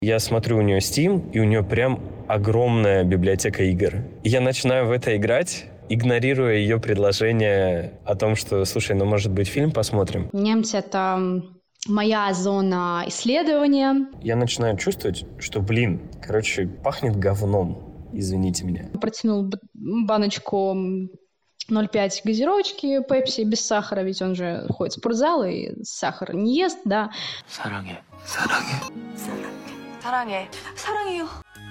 Я смотрю у нее Steam, и у нее прям огромная библиотека игр. И я начинаю в это играть, игнорируя ее предложение о том, что, слушай, ну, может быть, фильм посмотрим. Немцы — это моя зона исследования. Я начинаю чувствовать, что, пахнет говном. Извините меня. Протянул баночку 0,5 газировочки Пепси без сахара, ведь он же ходит в спортзал и сахар не ест, да. 사랑해. 사랑해요.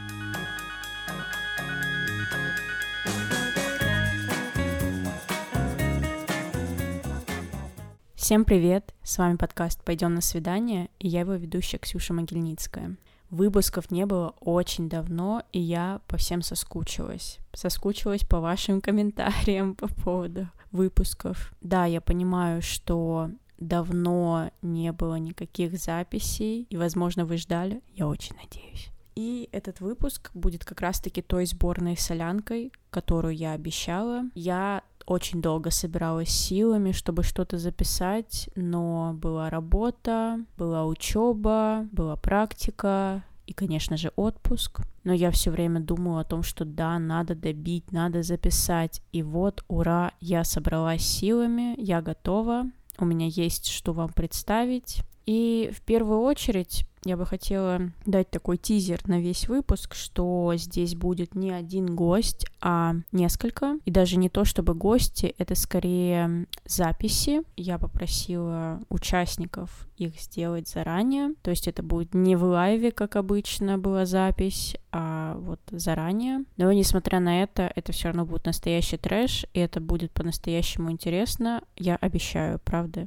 Всем привет! С вами подкаст «Пойдем на свидание», и я его ведущая Ксюша Могильницкая. Выпусков не было очень давно, и я по всем соскучилась. Соскучилась по вашим комментариям по поводу выпусков. Да, я понимаю, что давно не было никаких записей, и, возможно, вы ждали, я очень надеюсь. И этот выпуск будет как раз-таки той сборной солянкой, которую я обещала. Я очень долго собиралась силами, чтобы что-то записать, но была работа, была учеба, была практика и, конечно же, отпуск. Но я все время думала о том, что да, надо добить, надо записать. И вот, ура, я собралась силами, я готова, у меня есть что вам представить. И в первую очередь я бы хотела дать такой тизер на весь выпуск, что здесь будет не один гость, а несколько. И даже не то чтобы гости, это скорее записи. Я попросила участников их сделать заранее. То есть это будет не в лайве, как обычно была запись, а вот заранее. Но несмотря на это все равно будет настоящий трэш, и это будет по-настоящему интересно. Я обещаю, правда.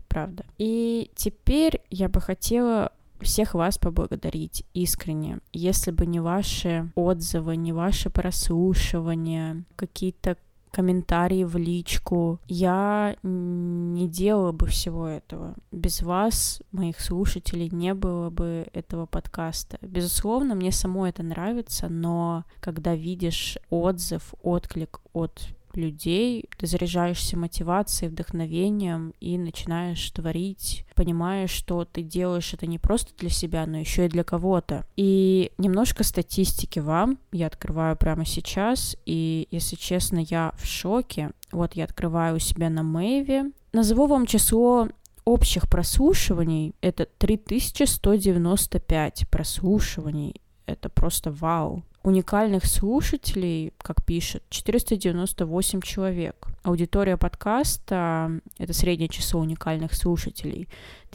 И теперь я бы хотела всех вас поблагодарить искренне. Если бы не ваши отзывы, не ваши прослушивания, какие-то комментарии в личку, я не делала бы всего этого. Без вас, моих слушателей, не было бы этого подкаста. Безусловно, мне самой это нравится, но когда видишь отзыв, отклик от людей, ты заряжаешься мотивацией, вдохновением и начинаешь творить, понимаешь, что ты делаешь это не просто для себя, но еще и для кого-то. И немножко статистики вам я открываю прямо сейчас, и, если честно, я в шоке. Вот я открываю у себя на Мэйве. Назову вам число общих прослушиваний. Это 3195 прослушиваний. Это просто вау. Уникальных слушателей, как пишет, 498 человек. Аудитория подкаста, это среднее число уникальных слушателей,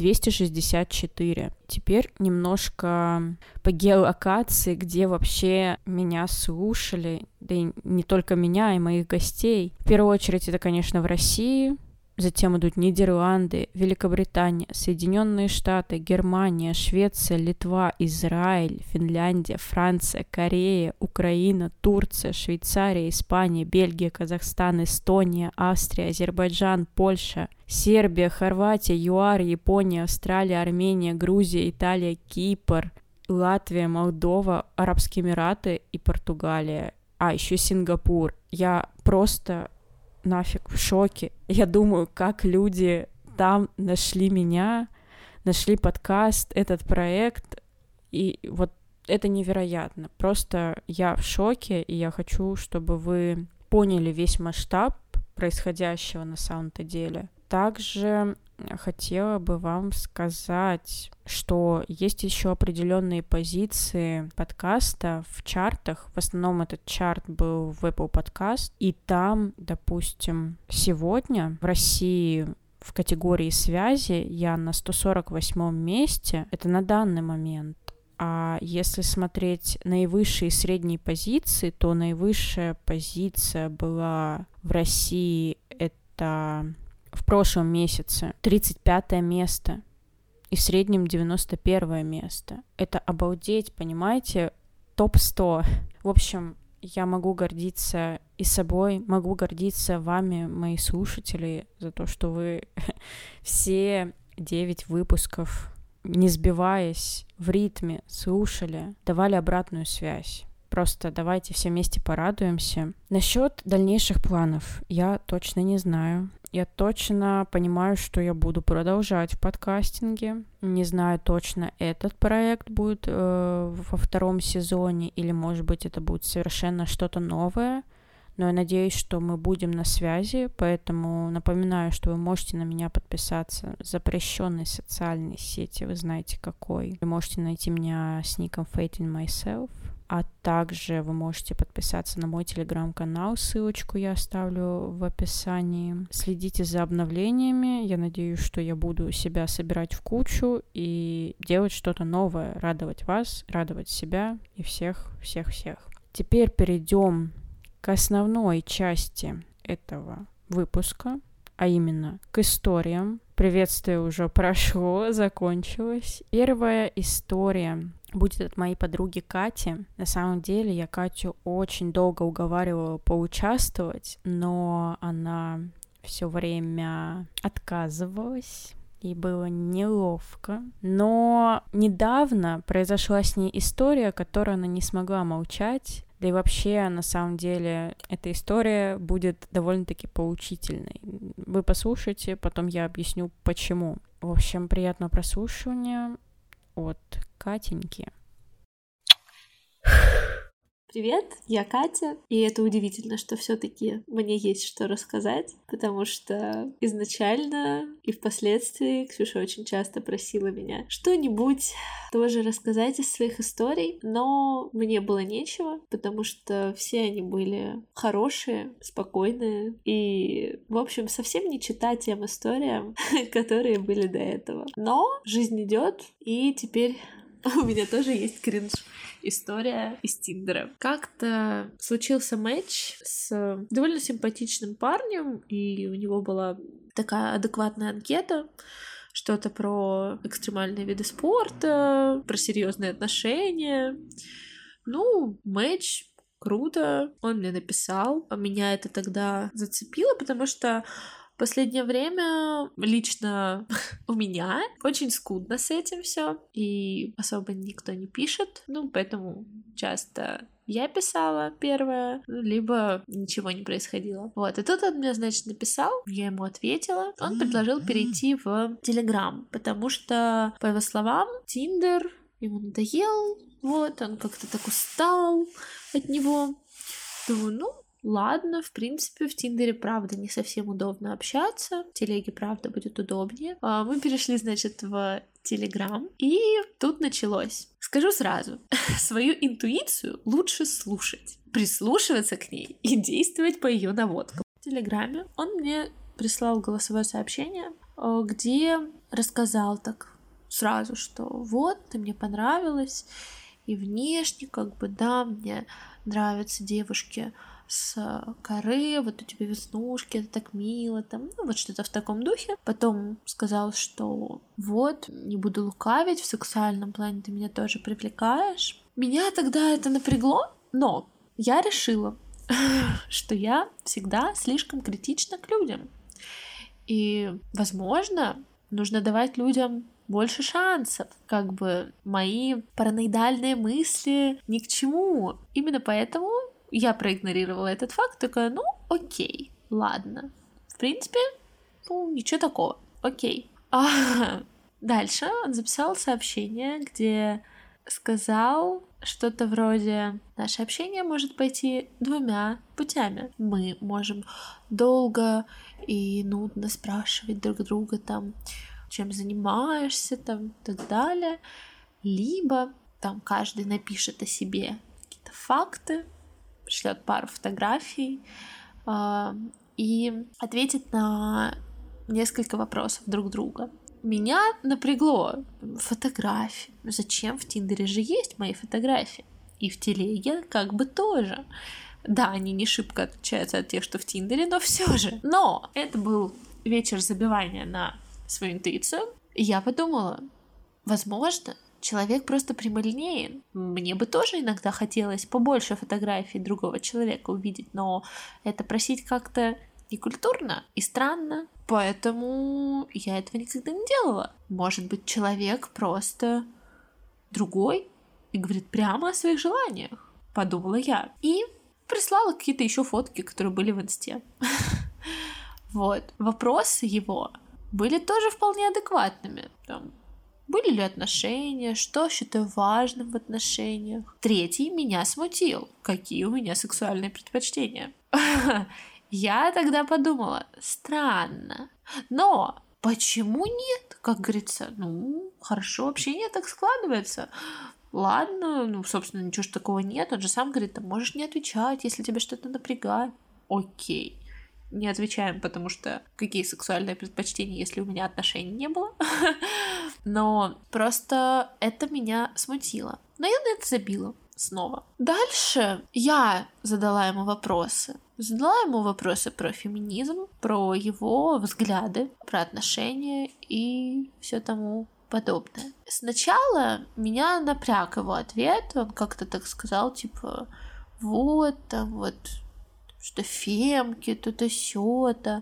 264. Теперь немножко по геолокации, где вообще меня слушали, да и не только меня, и моих гостей. В первую очередь это, конечно, в России. Затем идут Нидерланды, Великобритания, Соединенные Штаты, Германия, Швеция, Литва, Израиль, Финляндия, Франция, Корея, Украина, Турция, Швейцария, Испания, Бельгия, Казахстан, Эстония, Австрия, Азербайджан, Польша, Сербия, Хорватия, ЮАР, Япония, Австралия, Армения, Грузия, Италия, Кипр, Латвия, Молдова, Арабские Эмираты и Португалия. А еще Сингапур. Я просто нафиг в шоке. Я думаю, как люди там нашли меня, нашли подкаст, этот проект, и вот это невероятно. Просто я в шоке, и я хочу, чтобы вы поняли весь масштаб происходящего на самом-то деле. Также хотела бы вам сказать, что есть еще определенные позиции подкаста в чартах. В основном этот чарт был в Apple Podcast. И там, допустим, сегодня в России в категории связи я на 148 месте. Это на данный момент. А если смотреть наивысшие и средние позиции, то наивысшая позиция была в России это в прошлом месяце 35 место и в среднем 91 место. Это обалдеть, понимаете? Топ-100. В общем, я могу гордиться и собой, могу гордиться вами, мои слушатели, за то, что вы все 9 выпусков, не сбиваясь, в ритме слушали, давали обратную связь. Просто давайте все вместе порадуемся. Насчет дальнейших планов я точно не знаю. Я точно понимаю, что я буду продолжать в подкастинге. Не знаю точно, этот проект будет во 2 сезоне, или, может быть, это будет совершенно что-то новое. Но я надеюсь, что мы будем на связи, поэтому напоминаю, что вы можете на меня подписаться в запрещенной социальной сети, вы знаете какой. Вы можете найти меня с ником Fate in Myself, а также вы можете подписаться на мой телеграм-канал, ссылочку я оставлю в описании. Следите за обновлениями, я надеюсь, что я буду себя собирать в кучу и делать что-то новое, радовать вас, радовать себя и всех. Теперь перейдем к основной части этого выпуска, а именно к историям. Приветствие уже прошло, закончилось. Первая история будет от моей подруги Кати. На самом деле я Катю очень долго уговаривала поучаствовать, но она все время отказывалась. Ей было неловко. Но недавно произошла с ней история, которую она не смогла молчать. Да и вообще, на самом деле, эта история будет довольно-таки поучительной. Вы послушайте, потом я объясню, почему. В общем, приятного прослушивания от Катеньки. Привет, я Катя, и это удивительно, что все-таки мне есть что рассказать, потому что изначально и впоследствии Ксюша очень часто просила меня что-нибудь тоже рассказать из своих историй, но мне было нечего, потому что все они были хорошие, спокойные и, в общем, совсем не чита тем историям, которые были до этого. Но жизнь идет, и теперь у меня тоже есть кринж. История из Тиндера. Как-то случился матч с довольно симпатичным парнем, и у него была такая адекватная анкета, что-то про экстремальные виды спорта, про серьезные отношения. Ну, матч, круто, он мне написал. А меня это тогда зацепило, потому что в последнее время лично у меня очень скудно с этим все, и особо никто не пишет, поэтому часто я писала первое, либо ничего не происходило. Вот, и тут он мне, значит, написал, я ему ответила, он предложил перейти в Telegram, потому что, по его словам, Tinder ему надоел, вот, он как-то так устал от него. Думаю, ладно, в принципе, в Тиндере, правда, не совсем удобно общаться. В Телеге, правда, будет удобнее. Мы перешли, значит, в Телеграм, и тут началось. Скажу сразу, свою интуицию лучше слушать, прислушиваться к ней и действовать по ее наводкам. В Телеграме он мне прислал голосовое сообщение, где рассказал так сразу, что вот, ты мне понравилась, и внешне, да, мне нравятся девушки с каре, вот у тебя веснушки, это так мило, там, вот что-то в таком духе. Потом сказал, что вот, не буду лукавить, в сексуальном плане ты меня тоже привлекаешь. Меня тогда это напрягло, но я решила, что я всегда слишком критична к людям. И, возможно, нужно давать людям больше шансов. Мои параноидальные мысли ни к чему. Именно поэтому я проигнорировала этот факт, такая, окей, ладно. В принципе, ничего такого, окей. Дальше он записал сообщение, где сказал что-то вроде: наше общение может пойти 2 путями. Мы можем долго и нудно спрашивать друг друга, там, чем занимаешься, там, и так далее. Либо там каждый напишет о себе какие-то факты, пришлет пару фотографий и ответит на несколько вопросов друг друга. Меня напрягло. Фотографии. Зачем? В Тиндере же есть мои фотографии. И в Телеге тоже. Да, они не шибко отличаются от тех, что в Тиндере, но все же. Но это был вечер забивания на свою интуицию. И я подумала, возможно, человек просто прямолинеен. Мне бы тоже иногда хотелось побольше фотографий другого человека увидеть, но это просить как-то некультурно и странно, поэтому я этого никогда не делала. Может быть, человек просто другой и говорит прямо о своих желаниях. подумала я. И прислала какие-то еще фотки, которые были в инсте. Вот. Вопросы его были тоже вполне адекватными. Там, были ли отношения, что считаю важным в отношениях. Третий меня смутил. Какие у меня сексуальные предпочтения. Я тогда подумала, странно. Но почему нет? Как говорится, хорошо, общение так складывается. Ладно, собственно, ничего ж такого нет. Он же сам говорит, ты можешь не отвечать, если тебя что-то напрягает. Окей. Не отвечаем, потому что какие сексуальные предпочтения, если у меня отношений не было. Но просто это меня смутило. Но я на это забила снова. Дальше я задала ему вопросы. Задала ему вопросы про феминизм, про его взгляды, про отношения и все тому подобное. Сначала меня напряг его ответ. Он как-то так сказал, типа, что фемки, то-то, сё-то,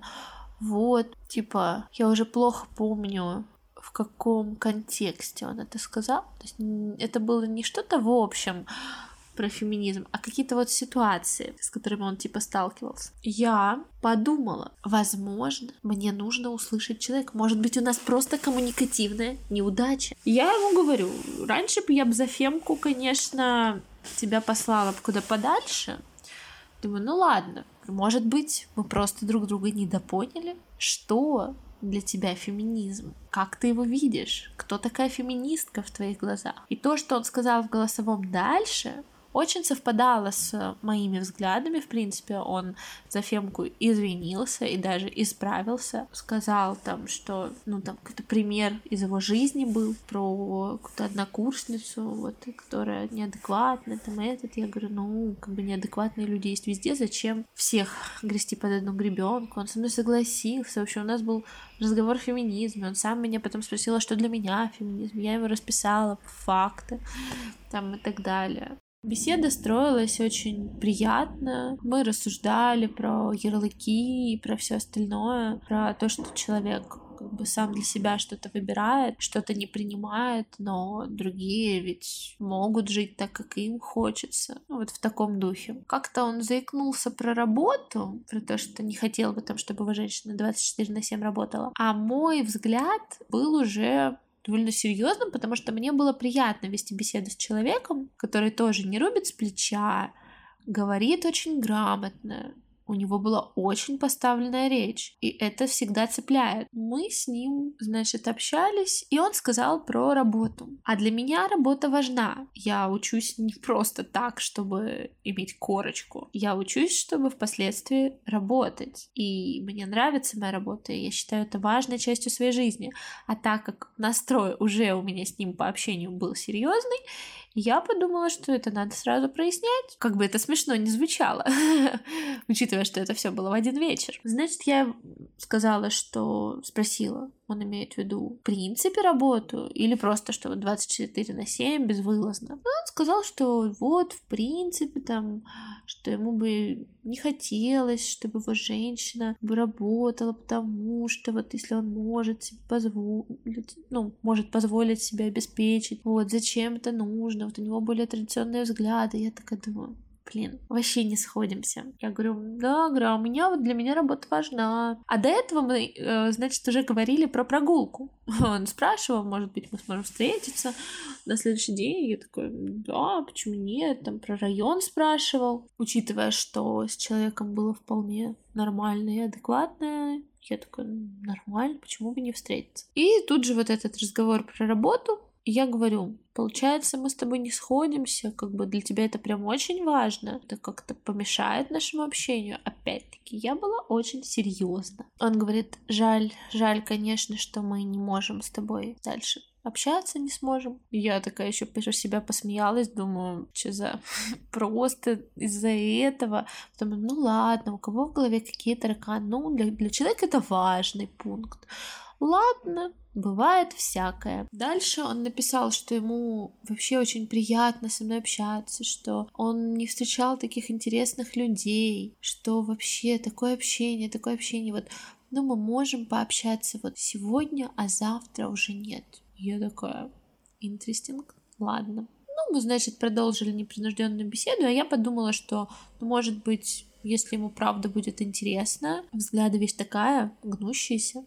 я уже плохо помню, в каком контексте он это сказал. То есть это было не что-то в общем про феминизм, а какие-то ситуации, с которыми он сталкивался. Я подумала, возможно, мне нужно услышать человека. Может быть, у нас просто коммуникативная неудача. Я ему говорю, раньше бы я за фемку, конечно, тебя послала бы куда подальше. Думаю, ладно, может быть, мы просто друг друга недопоняли. Что для тебя феминизм? Как ты его видишь? Кто такая феминистка в твоих глазах? И то, что он сказал в голосовом дальше, очень совпадало с моими взглядами. В принципе, он за фемку извинился и даже исправился. Сказал там, что, какой-то пример из его жизни был про какую-то однокурсницу, которая неадекватная, Я говорю, неадекватные люди есть везде, зачем всех грести под одну гребенку? Он со мной согласился. В общем, у нас был разговор о феминизме. Он сам меня потом спросил, что для меня феминизм. Я ему расписала факты и так далее. Беседа строилась очень приятно. Мы рассуждали про ярлыки и про все остальное, про то, что человек сам для себя что-то выбирает, что-то не принимает, но другие ведь могут жить так, как им хочется. В таком духе. Как-то он заикнулся про работу, про то, что не хотел бы чтобы его женщина 24/7 работала. А мой взгляд был уже довольно серьезным, потому что мне было приятно вести беседу с человеком, который тоже не рубит с плеча, говорит очень грамотно, у него была очень поставленная речь, и это всегда цепляет. Мы с ним, общались, и он сказал про работу. А для меня работа важна. Я учусь не просто так, чтобы иметь корочку. Я учусь, чтобы впоследствии работать. И мне нравится моя работа, и я считаю это важной частью своей жизни. А так как настрой уже у меня с ним по общению был серьезный, я подумала, что это надо сразу прояснять. Как бы это смешно не звучало, учитывая, что это все было в один вечер. Значит, я сказала, что спросила, он имеет в виду в принципе работу или просто, что 24/7 безвылазно. Он сказал, что в принципе что ему бы не хотелось, чтобы его женщина бы работала, потому что если он может себе позволить, может позволить себе обеспечить, зачем это нужно, у него более традиционные взгляды. Я такая думаю, вообще не сходимся. Я говорю, у меня для меня работа важна. А до этого мы, уже говорили про прогулку. Он спрашивал, может быть, мы сможем встретиться на следующий день. Я такой, да, почему нет? Про район спрашивал. Учитывая, что с человеком было вполне нормально и адекватно, я такой, нормально, почему бы не встретиться? И тут же этот разговор про работу. И я говорю, получается, мы с тобой не сходимся, для тебя это прям очень важно, это как-то помешает нашему общению. Опять-таки, я была очень серьезна. Он говорит, жаль, конечно, что мы не можем с тобой дальше общаться, не сможем. Я такая еще про себя посмеялась, думаю, что за просто из-за этого. Потом, ладно, у кого в голове какие тараканы? Для человека это важный пункт. Ладно, бывает всякое. Дальше он написал, что ему вообще очень приятно со мной общаться, что он не встречал таких интересных людей, что вообще такое общение. Мы можем пообщаться сегодня, а завтра уже нет. Я такая, interesting, ладно. мы, значит, продолжили непринужденную беседу, а я подумала, что, может быть, если ему правда будет интересно, взгляды вещь такая, гнущаяся.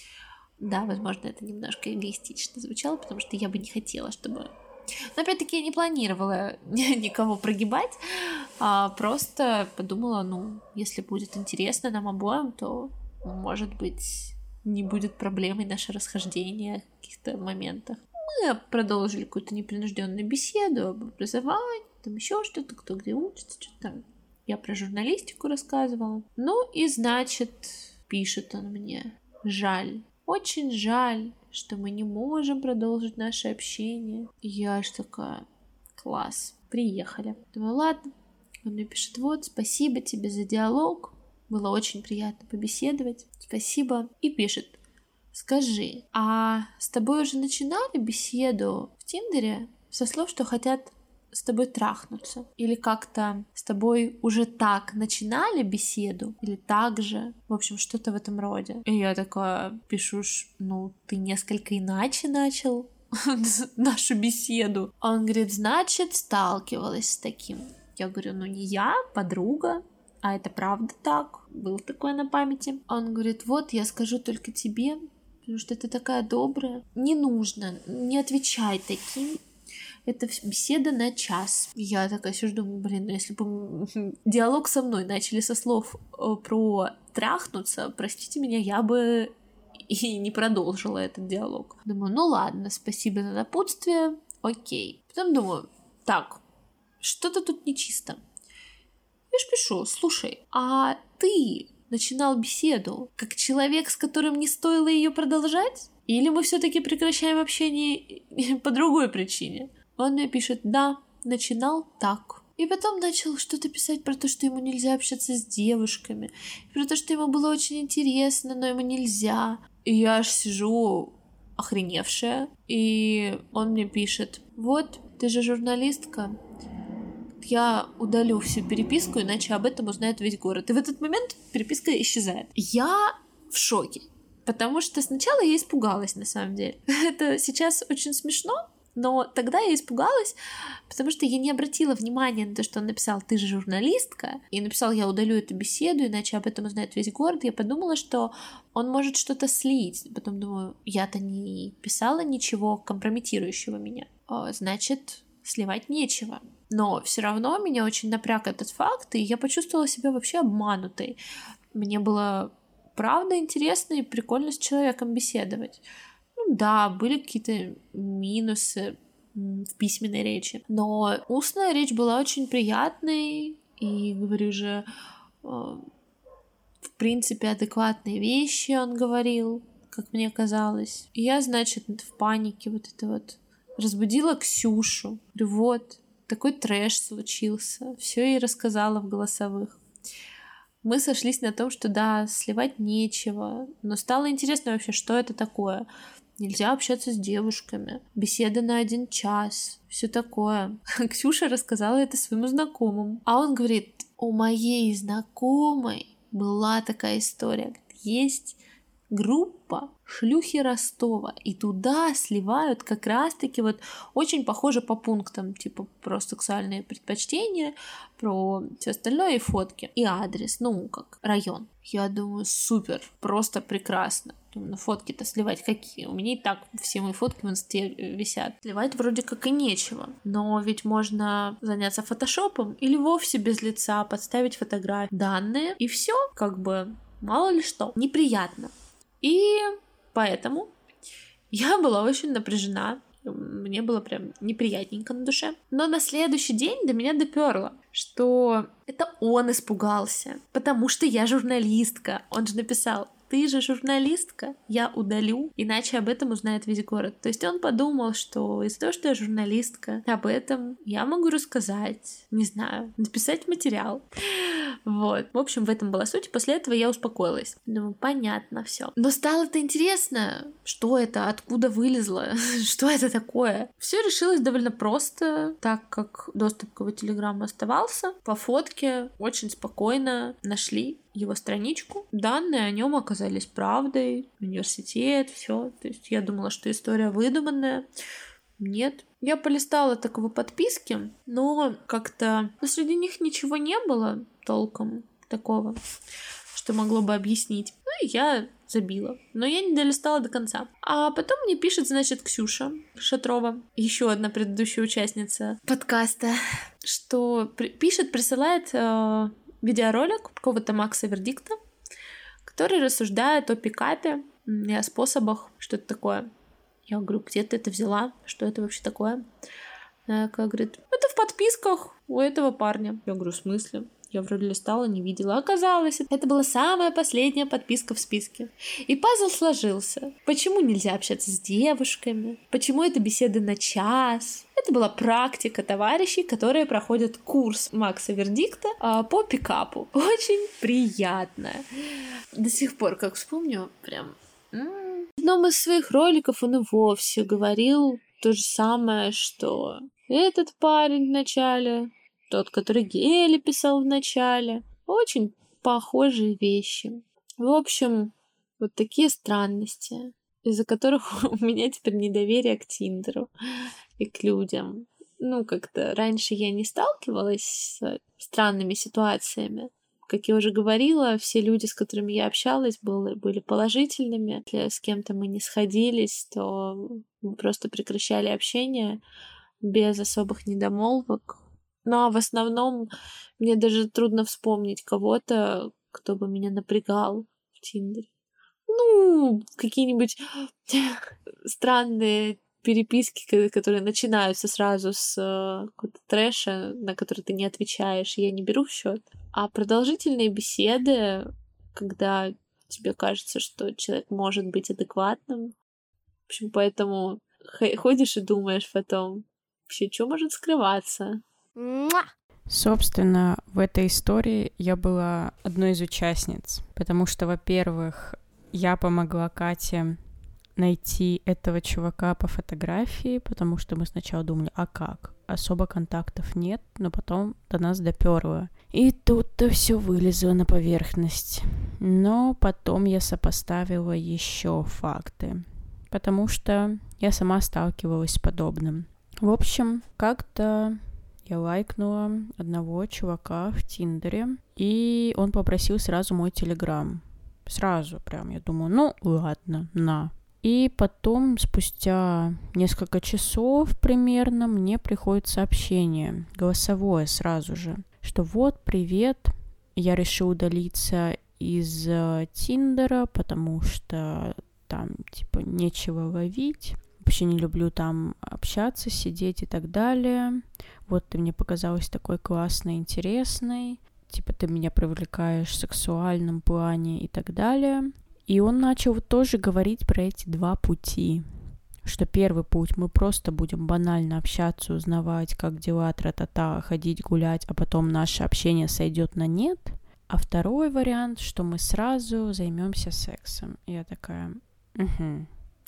Да, возможно, это немножко эгоистично звучало, потому что я бы не хотела, чтобы... Но опять-таки я не планировала никого прогибать, а просто подумала, если будет интересно нам обоим, то, может быть, не будет проблемой наше расхождение в каких-то моментах. Мы продолжили какую-то непринужденную беседу об образовании, там еще что-то, кто где учится, что-то там. Я про журналистику рассказывала. И, значит, пишет он мне: жаль, очень жаль, что мы не можем продолжить наше общение. И я аж такая: класс, приехали. Думаю, ладно. Он мне пишет: вот, спасибо тебе за диалог, было очень приятно побеседовать, спасибо. И пишет: скажи, а с тобой уже начинали беседу в Тиндере со слов, что хотят с тобой трахнуться? Или как-то с тобой уже так начинали беседу? Или так же? В общем, что-то в этом роде. И я такая пишу: ты несколько иначе начал нашу беседу. А он говорит: значит, сталкивалась с таким. Я говорю: не я, подруга. А это правда так? Было такое на памяти. А он говорит: вот, я скажу только тебе, потому что ты такая добрая. Не нужно, не отвечай таким. Это беседа на час. Я такая сижу, думаю, если бы диалог со мной начали со слов про трахнуться, простите меня, я бы и не продолжила этот диалог. Думаю, ладно, спасибо за напутствие, окей. Потом думаю, так, что-то тут нечисто. Я ж пишу: слушай, а ты начинал беседу как человек, с которым не стоило ее продолжать? Или мы все-таки прекращаем общение по другой причине? Он мне пишет: да, начинал так. И потом начал что-то писать про то, что ему нельзя общаться с девушками, про то, что ему было очень интересно, но ему нельзя. И я аж сижу охреневшая. И он мне пишет: вот, ты же журналистка, я удалю всю переписку, иначе об этом узнает весь город. И в этот момент переписка исчезает. Я в шоке, потому что сначала я испугалась, на самом деле. Это сейчас очень смешно, но тогда я испугалась, потому что я не обратила внимания на то, что он написал: ты же журналистка, и написал: я удалю эту беседу, иначе об этом узнает весь город. Я подумала, что он может что-то слить. Потом думаю, я-то не писала ничего компрометирующего меня. Значит, сливать нечего. Но все равно меня очень напряг этот факт, и я почувствовала себя вообще обманутой. Мне было правда интересно и прикольно с человеком беседовать. Да, были какие-то минусы в письменной речи, но устная речь была очень приятной, и, говорю же, в принципе, адекватные вещи он говорил, как мне казалось. И я, значит, в панике разбудила Ксюшу. Говорю: вот, такой трэш случился. Все ей рассказала в голосовых. Мы сошлись на том, что да, сливать нечего, но стало интересно вообще, что это такое. Нельзя общаться с девушками, беседа на 1 час, все такое. Ксюша рассказала это своему знакомому. А он говорит: у моей знакомой была такая история. Есть группа шлюхи Ростова, и туда сливают как раз-таки очень похоже по пунктам, типа про сексуальные предпочтения, про все остальное и фотки, и адрес, как район. Я думаю, супер, просто прекрасно. Думаю, фотки-то сливать какие? У меня и так все мои фотки в инсте висят. Сливать вроде как и нечего. Но ведь можно заняться фотошопом или вовсе без лица подставить фотографии, данные, и все, мало ли что. Неприятно. И поэтому я была очень напряжена. Мне было прям неприятненько на душе. Но на следующий день до меня доперло, что это он испугался, потому что я журналистка. Он же написал: ты же журналистка, я удалю, иначе об этом узнает весь город. То есть он подумал, что из-за того, что я журналистка, об этом я могу рассказать, не знаю, написать материал. В общем, в этом была суть. После этого я успокоилась. Думаю, понятно, все. Но стало-то интересно, что это, откуда вылезло, что это такое. Все решилось довольно просто, так как доступ к его телеграмму оставался. По фотке очень спокойно нашли его страничку. Данные о нем оказались правдой. Университет, все. То есть я думала, что история выдуманная. Нет. Я полистала такого подписки, но как-то среди них ничего не было толком такого, что могло бы объяснить. Ну и я забила. Но я не долистала до конца. А потом мне пишет, значит, Ксюша Шатрова, еще одна предыдущая участница подкаста, что присылает видеоролик какого-то Макса Вердикта, который рассуждает о пикапе и о способах, что это такое. Я говорю, где ты это взяла? Что это вообще такое? Она говорит, это в подписках у этого парня. Я говорю, в смысле? Я вроде листала, не видела. Оказалось, это была самая последняя подписка в списке. И пазл сложился. Почему нельзя общаться с девушками? Почему это беседы на час? Это была практика товарищей, которые проходят курс Макса Вердикта по пикапу. Очень приятно. До сих пор, как вспомню, прям... В одном из своих роликов он и вовсе говорил то же самое, что этот парень в начале, тот, который Гели писал в начале. Очень похожие вещи. В общем, вот такие странности, из-за которых у меня теперь недоверие к Тиндеру и к людям. Ну, как-то раньше я не сталкивалась с странными ситуациями. Как я уже говорила, все люди, с которыми я общалась, были положительными. Если с кем-то мы не сходились, то мы просто прекращали общение без особых недомолвок. Ну, а в основном мне даже трудно вспомнить кого-то, кто бы меня напрягал в Тиндере. Ну, какие-нибудь странные переписки, которые начинаются сразу с какого-то трэша, на который ты не отвечаешь, я не беру в счет. А продолжительные беседы, когда тебе кажется, что человек может быть адекватным. В общем, поэтому ходишь и думаешь потом, вообще, что может скрываться? Собственно, в этой истории я была одной из участниц, потому что, во-первых, я помогла Кате найти этого чувака по фотографии, потому что мы сначала думали, а как? Особо контактов нет, но потом до нас допёрло. И тут-то все вылезло на поверхность. Но потом я сопоставила еще факты, потому что я сама сталкивалась с подобным. В общем, как-то я лайкнула одного чувака в Тиндере, и он попросил сразу мой телеграм. Сразу прям, я думаю, ну ладно, на. И потом, спустя несколько часов примерно, мне приходит сообщение, голосовое сразу же, что вот, привет, я решил удалиться из Тиндера, потому что там, типа, нечего ловить. Вообще не люблю там общаться, сидеть и так далее. Вот ты мне показалась такой классной, интересной. Типа ты меня привлекаешь в сексуальном плане и так далее. И он начал тоже говорить про эти два пути. Что первый путь, мы просто будем банально общаться, узнавать, как дела, тра-та-та, ходить гулять, а потом наше общение сойдет на нет. А второй вариант, что мы сразу займемся сексом. И я такая, угу.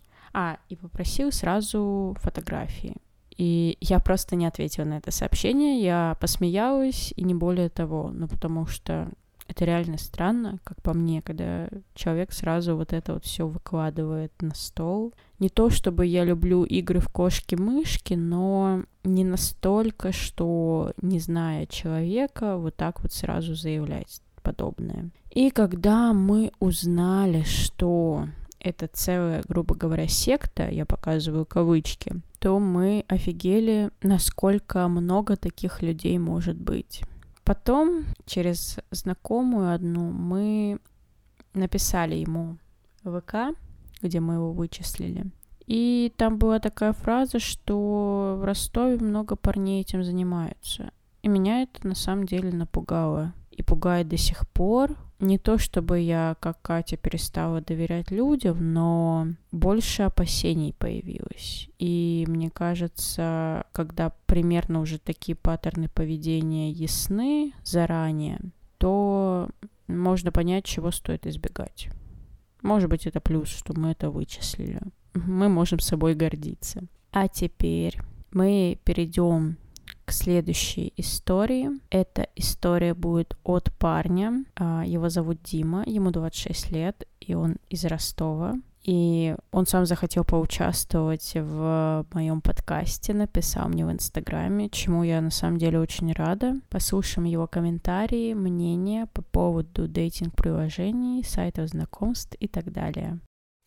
И попросил сразу фотографии. И я просто не ответила на это сообщение, я посмеялась, и не более того, потому что это реально странно, как по мне, когда человек сразу вот это вот все выкладывает на стол. Не то, чтобы я люблю игры в кошки-мышки, но не настолько, что, не зная человека, вот так вот сразу заявлять подобное. И когда мы узнали, что это целая, грубо говоря, секта, я показываю кавычки, то мы офигели, насколько много таких людей может быть. Потом, через знакомую одну, мы написали ему в ВК, где мы его вычислили. И там была такая фраза, что в Ростове много парней этим занимаются. И меня это на самом деле напугало. И пугает до сих пор. Не то, чтобы я, как Катя, перестала доверять людям, но больше опасений появилось. И мне кажется, когда примерно уже такие паттерны поведения ясны заранее, то можно понять, чего стоит избегать. Может быть, это плюс, что мы это вычислили. Мы можем собой гордиться. А теперь мы перейдем к следующей истории. Эта история будет от парня. Его зовут Дима, ему 26 лет, и он из Ростова. и он сам захотел поучаствовать в моем подкасте, написал мне в Инстаграме, чему я на самом деле очень рада. Послушаем его комментарии, мнения по поводу дейтинг-приложений, сайтов знакомств и так далее.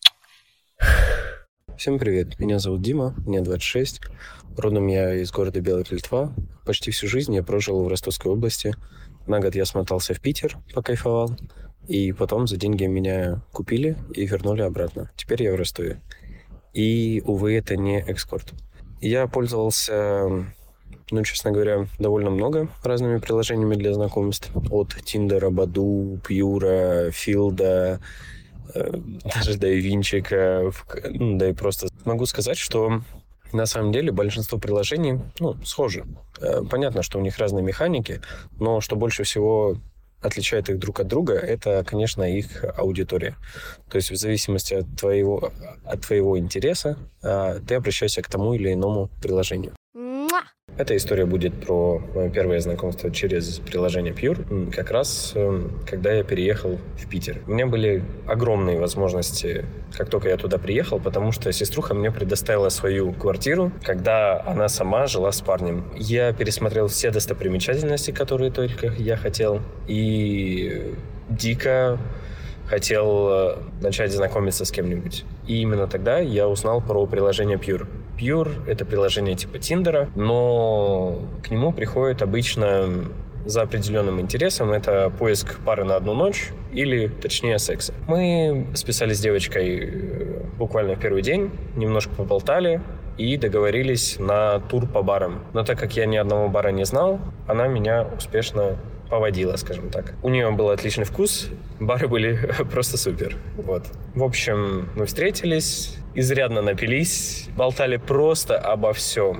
Всем привет, меня зовут Дима, мне 26. Родом я из города Белая Литва. Почти всю жизнь я прожил в Ростовской области. На год я смотался в Питер, покайфовал. И потом за деньги меня купили и вернули обратно. Теперь я в Ростове. И, увы, это не эскорт. Я пользовался, честно говоря, довольно много разными приложениями для знакомств. От Тиндера, Баду, Пьюра, Филда, даже до Винчика, да и просто. Могу сказать, что на самом деле большинство приложений, схожи. Понятно, что у них разные механики, но что больше всего отличает их друг от друга, это, конечно, их аудитория. То есть в зависимости от твоего интереса ты обращаешься к тому или иному приложению. Эта история будет про мое первое знакомство через приложение Pure, как раз когда я переехал в Питер. У меня были огромные возможности, как только я туда приехал, потому что сеструха мне предоставила свою квартиру, когда она сама жила с парнем. Я пересмотрел все достопримечательности, которые только я хотел, и дико хотел начать знакомиться с кем-нибудь. И именно тогда я узнал про приложение Pure. Pure — это приложение типа Тиндера, но к нему приходят обычно за определенным интересом. Это поиск пары на одну ночь или, точнее, секса. Мы списались с девочкой буквально в первый день, немножко поболтали и договорились на тур по барам. Но так как я ни одного бара не знал, она меня успешно поводила, скажем так. У нее был отличный вкус, бары были просто супер. Вот. В общем, мы встретились, изрядно напились, болтали просто обо всем.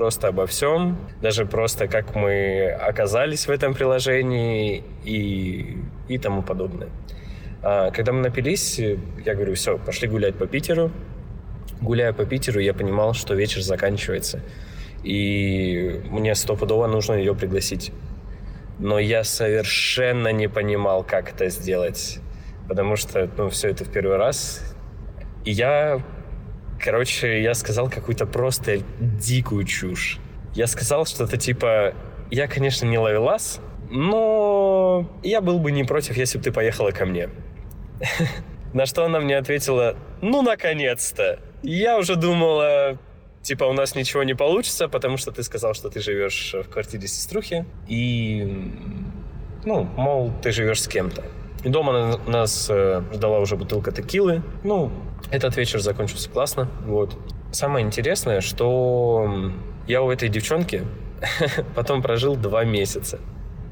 Даже просто как мы оказались в этом приложении и тому подобное. Когда мы напились, я говорю, все, пошли гулять по Питеру. Гуляя по Питеру, я понимал, что вечер заканчивается. И мне стопудово нужно ее пригласить. Но я совершенно не понимал, как это сделать. Потому что, все это в первый раз. И я сказал какую-то просто дикую чушь. Я сказал что-то типа, я, конечно, не ловелас, но я был бы не против, если бы ты поехала ко мне. На что она мне ответила, наконец-то. Я уже думала, у нас ничего не получится, потому что ты сказал, что ты живешь в квартире сеструхи. И, мол, ты живешь с кем-то. И дома нас ждала уже бутылка текилы. Этот вечер закончился классно. Вот. Самое интересное, что я у этой девчонки потом прожил 2 месяца.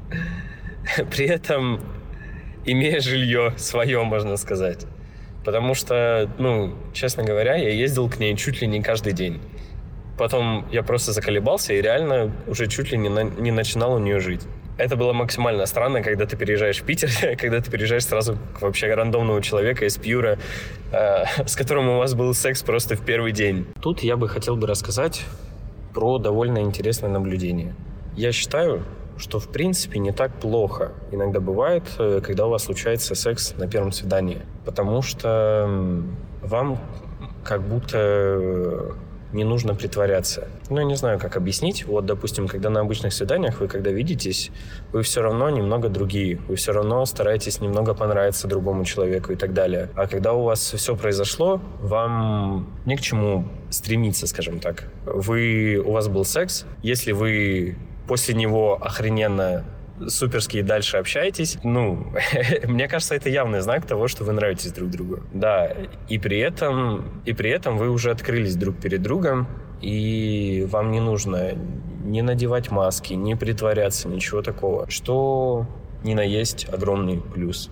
При этом имея жилье свое, можно сказать. Потому что, честно говоря, я ездил к ней чуть ли не каждый день. Потом я просто заколебался и реально уже чуть ли не начинал у нее жить. Это было максимально странно, когда ты переезжаешь в Питер, когда ты переезжаешь сразу к вообще рандомному человека из Пьюра, с которым у вас был секс просто в первый день. Тут я бы хотел рассказать про довольно интересное наблюдение. Я считаю, что в принципе не так плохо иногда бывает, когда у вас случается секс на первом свидании. Потому что вам как будто не нужно притворяться. Я не знаю, как объяснить. Вот, допустим, когда на обычных свиданиях вы когда видитесь, вы все равно немного другие. Вы все равно стараетесь немного понравиться другому человеку и так далее. А когда у вас все произошло, вам не к чему стремиться, скажем так. У вас был секс. Если вы после него охрененно суперски и дальше общаетесь, мне кажется, это явный знак того, что вы нравитесь друг другу. Да, и при этом вы уже открылись друг перед другом, и вам не нужно не надевать маски, не притворяться, ничего такого, что ни на есть огромный плюс.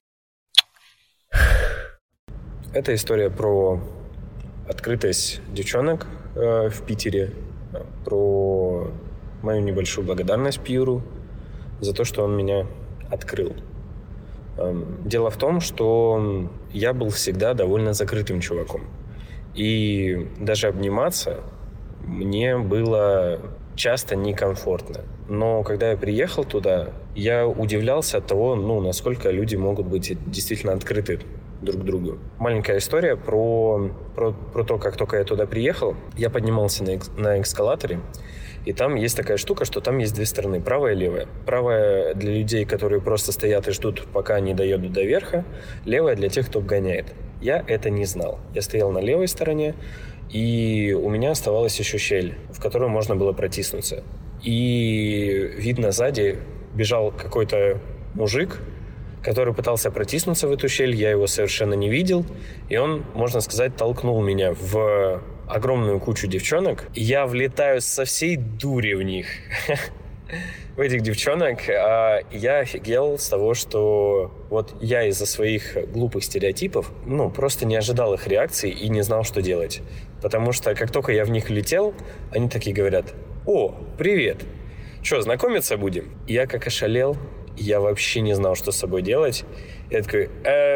Это история про открытость девчонок в Питере, про мою небольшую благодарность Пьюру за то, что он меня открыл. Дело в том, что я был всегда довольно закрытым чуваком. И даже обниматься мне было часто некомфортно. Но когда я приехал туда, я удивлялся от того, насколько люди могут быть действительно открыты друг другу. Маленькая история про то, как только я туда приехал. Я поднимался на эскалаторе, и там есть такая штука, что там есть две стороны, правая и левая. Правая для людей, которые просто стоят и ждут, пока они доедут до верха. Левая для тех, кто гоняет. Я это не знал. Я стоял на левой стороне, и у меня оставалась еще щель, в которую можно было протиснуться. И видно, сзади бежал какой-то мужик, который пытался протиснуться в эту щель. Я его совершенно не видел. И он, можно сказать, толкнул меня в огромную кучу девчонок. Я влетаю со всей дури в них. В этих девчонок. Я офигел с того, что вот я из-за своих глупых стереотипов, просто не ожидал их реакции и не знал, что делать. Потому что как только я в них влетел, они такие говорят: «О, привет! Что, знакомиться будем?» Я как ошалел. Я вообще не знал, что с собой делать. Я такой...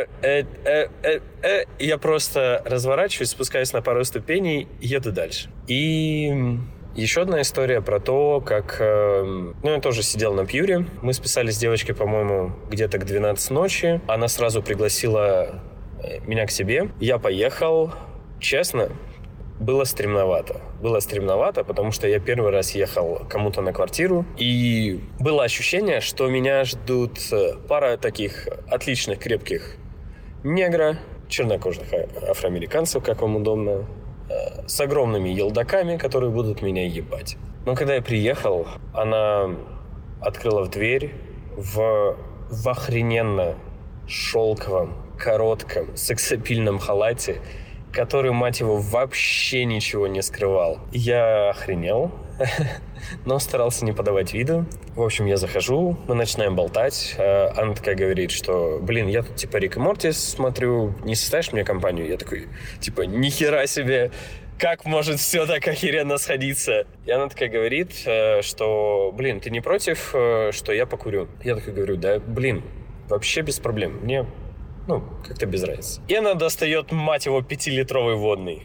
И я просто разворачиваюсь, спускаюсь на пару ступеней и еду дальше. И еще одна история про то, как... я тоже сидел на пьюре. Мы списались с девочкой, по-моему, где-то к 12 ночи. Она сразу пригласила меня к себе. Я поехал. Честно, было стремновато. Потому что я первый раз ехал кому-то на квартиру. И было ощущение, что меня ждут пара таких отличных, крепких негра, чернокожих афроамериканцев, как вам удобно, с огромными елдаками, которые будут меня ебать. Но когда я приехал, она открыла дверь в охрененно шелковом, коротком, сексапильном халате, который, мать его, вообще ничего не скрывал. Я охренел, но старался не подавать виду. В общем, я захожу, мы начинаем болтать. Она такая говорит, что, я тут типа Рик и Морти смотрю, не составишь мне компанию? Я такой, нихера себе, как может все так охеренно сходиться? И она такая говорит, что, ты не против, что я покурю? Я такой говорю, да, вообще без проблем, мне... как-то без разницы. И она достает, мать его, 5-литровый водный.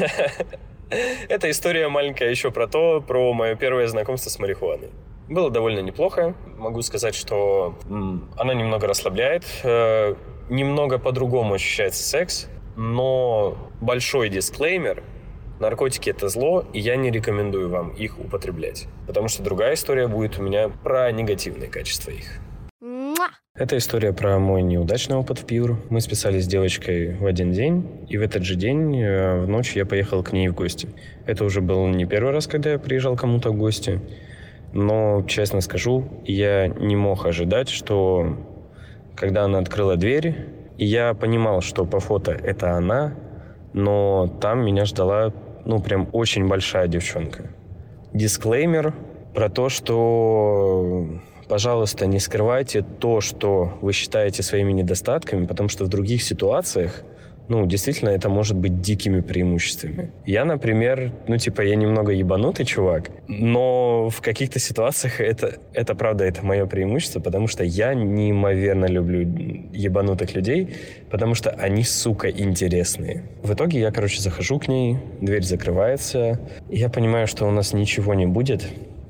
Эта история маленькая еще про мое первое знакомство с марихуаной. Было довольно неплохо. Могу сказать, что она немного расслабляет. Немного по-другому ощущается секс. Но большой дисклеймер. Наркотики — это зло, и я не рекомендую вам их употреблять. Потому что другая история будет у меня про негативные качества их. Это история про мой неудачный опыт в пьюр. Мы списались с девочкой в один день, и в этот же день в ночь я поехал к ней в гости. Это уже был не первый раз, когда я приезжал кому-то в гости, но, честно скажу, я не мог ожидать, что когда она открыла дверь, и я понимал, что по фото это она, но там меня ждала, прям очень большая девчонка. Дисклеймер про то, что... Пожалуйста, не скрывайте то, что вы считаете своими недостатками, потому что в других ситуациях, действительно, это может быть дикими преимуществами. Я, например, я немного ебанутый чувак, но в каких-то ситуациях это правда, это мое преимущество, потому что я неимоверно люблю ебанутых людей, потому что они, сука, интересные. В итоге я, захожу к ней, дверь закрывается, и я понимаю, что у нас ничего не будет,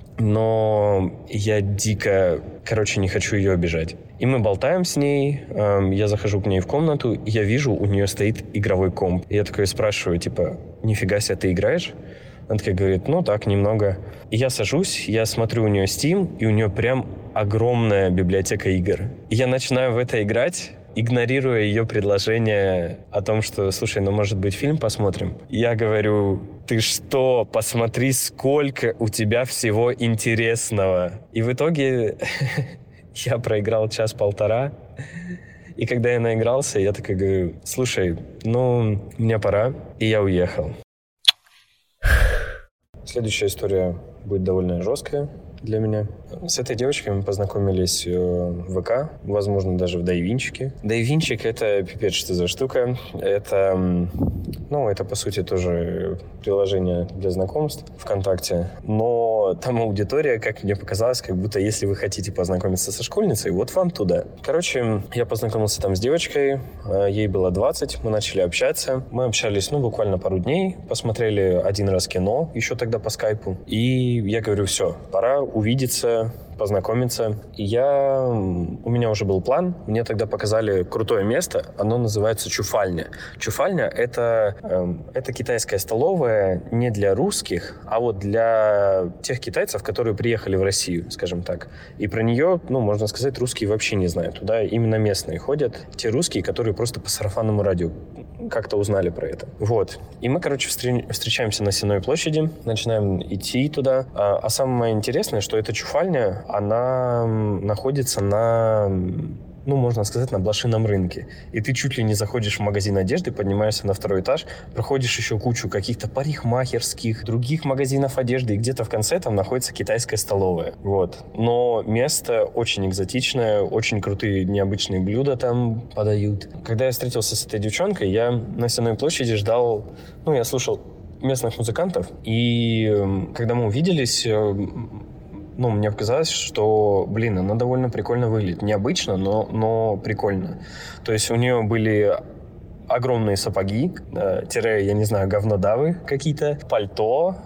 но я дико, не хочу ее обижать. И мы болтаем с ней, я захожу к ней в комнату, и я вижу, у нее стоит игровой комп. И я такой спрашиваю, нифига себе, ты играешь? Она такая говорит, так, немного. И я сажусь, я смотрю у нее Steam, и у нее прям огромная библиотека игр. И я начинаю в это играть, игнорируя ее предложение о том, что, слушай, может быть, фильм посмотрим? Я говорю, ты что, посмотри, сколько у тебя всего интересного. И в итоге я проиграл 1.5 часа. И когда я наигрался, я такой говорю, слушай, мне пора. И я уехал. Следующая история будет довольно жесткая для меня. С этой девочкой мы познакомились в ВК, возможно, даже в Дайвинчике. Дайвинчик — это пипец, что за штука. Это, это, по сути, тоже приложение для знакомств ВКонтакте. Но там аудитория, как мне показалось, как будто если вы хотите познакомиться со школьницей, вот вам туда. Я познакомился там с девочкой, ей было 20, мы начали общаться. Мы общались, буквально пару дней, посмотрели один раз кино, еще тогда по скайпу. И я говорю, все, пора увидеться, познакомиться. У меня уже был план. Мне тогда показали крутое место. Оно называется Чуфальня. Чуфальня — это китайская столовая не для русских, а вот для тех китайцев, которые приехали в Россию, скажем так. И про нее, можно сказать, русские вообще не знают. Туда именно местные ходят. Те русские, которые просто по сарафанному радио как-то узнали про это. Вот. И мы, встречаемся на Сенной площади, начинаем идти туда. А самое интересное, что эта Чуфальня, она находится на можно сказать, на блошином рынке. И ты чуть ли не заходишь в магазин одежды, поднимаешься на второй этаж, проходишь еще кучу каких-то парикмахерских, других магазинов одежды, и где-то в конце там находится китайская столовая. Вот. Но место очень экзотичное, очень крутые необычные блюда там подают. Когда я встретился с этой девчонкой, я на Сенной площади ждал, я слушал местных музыкантов, и когда мы увиделись, мне показалось, что, она довольно прикольно выглядит. Необычно, но прикольно. То есть у нее были огромные сапоги, я не знаю, говнодавы какие-то, пальто.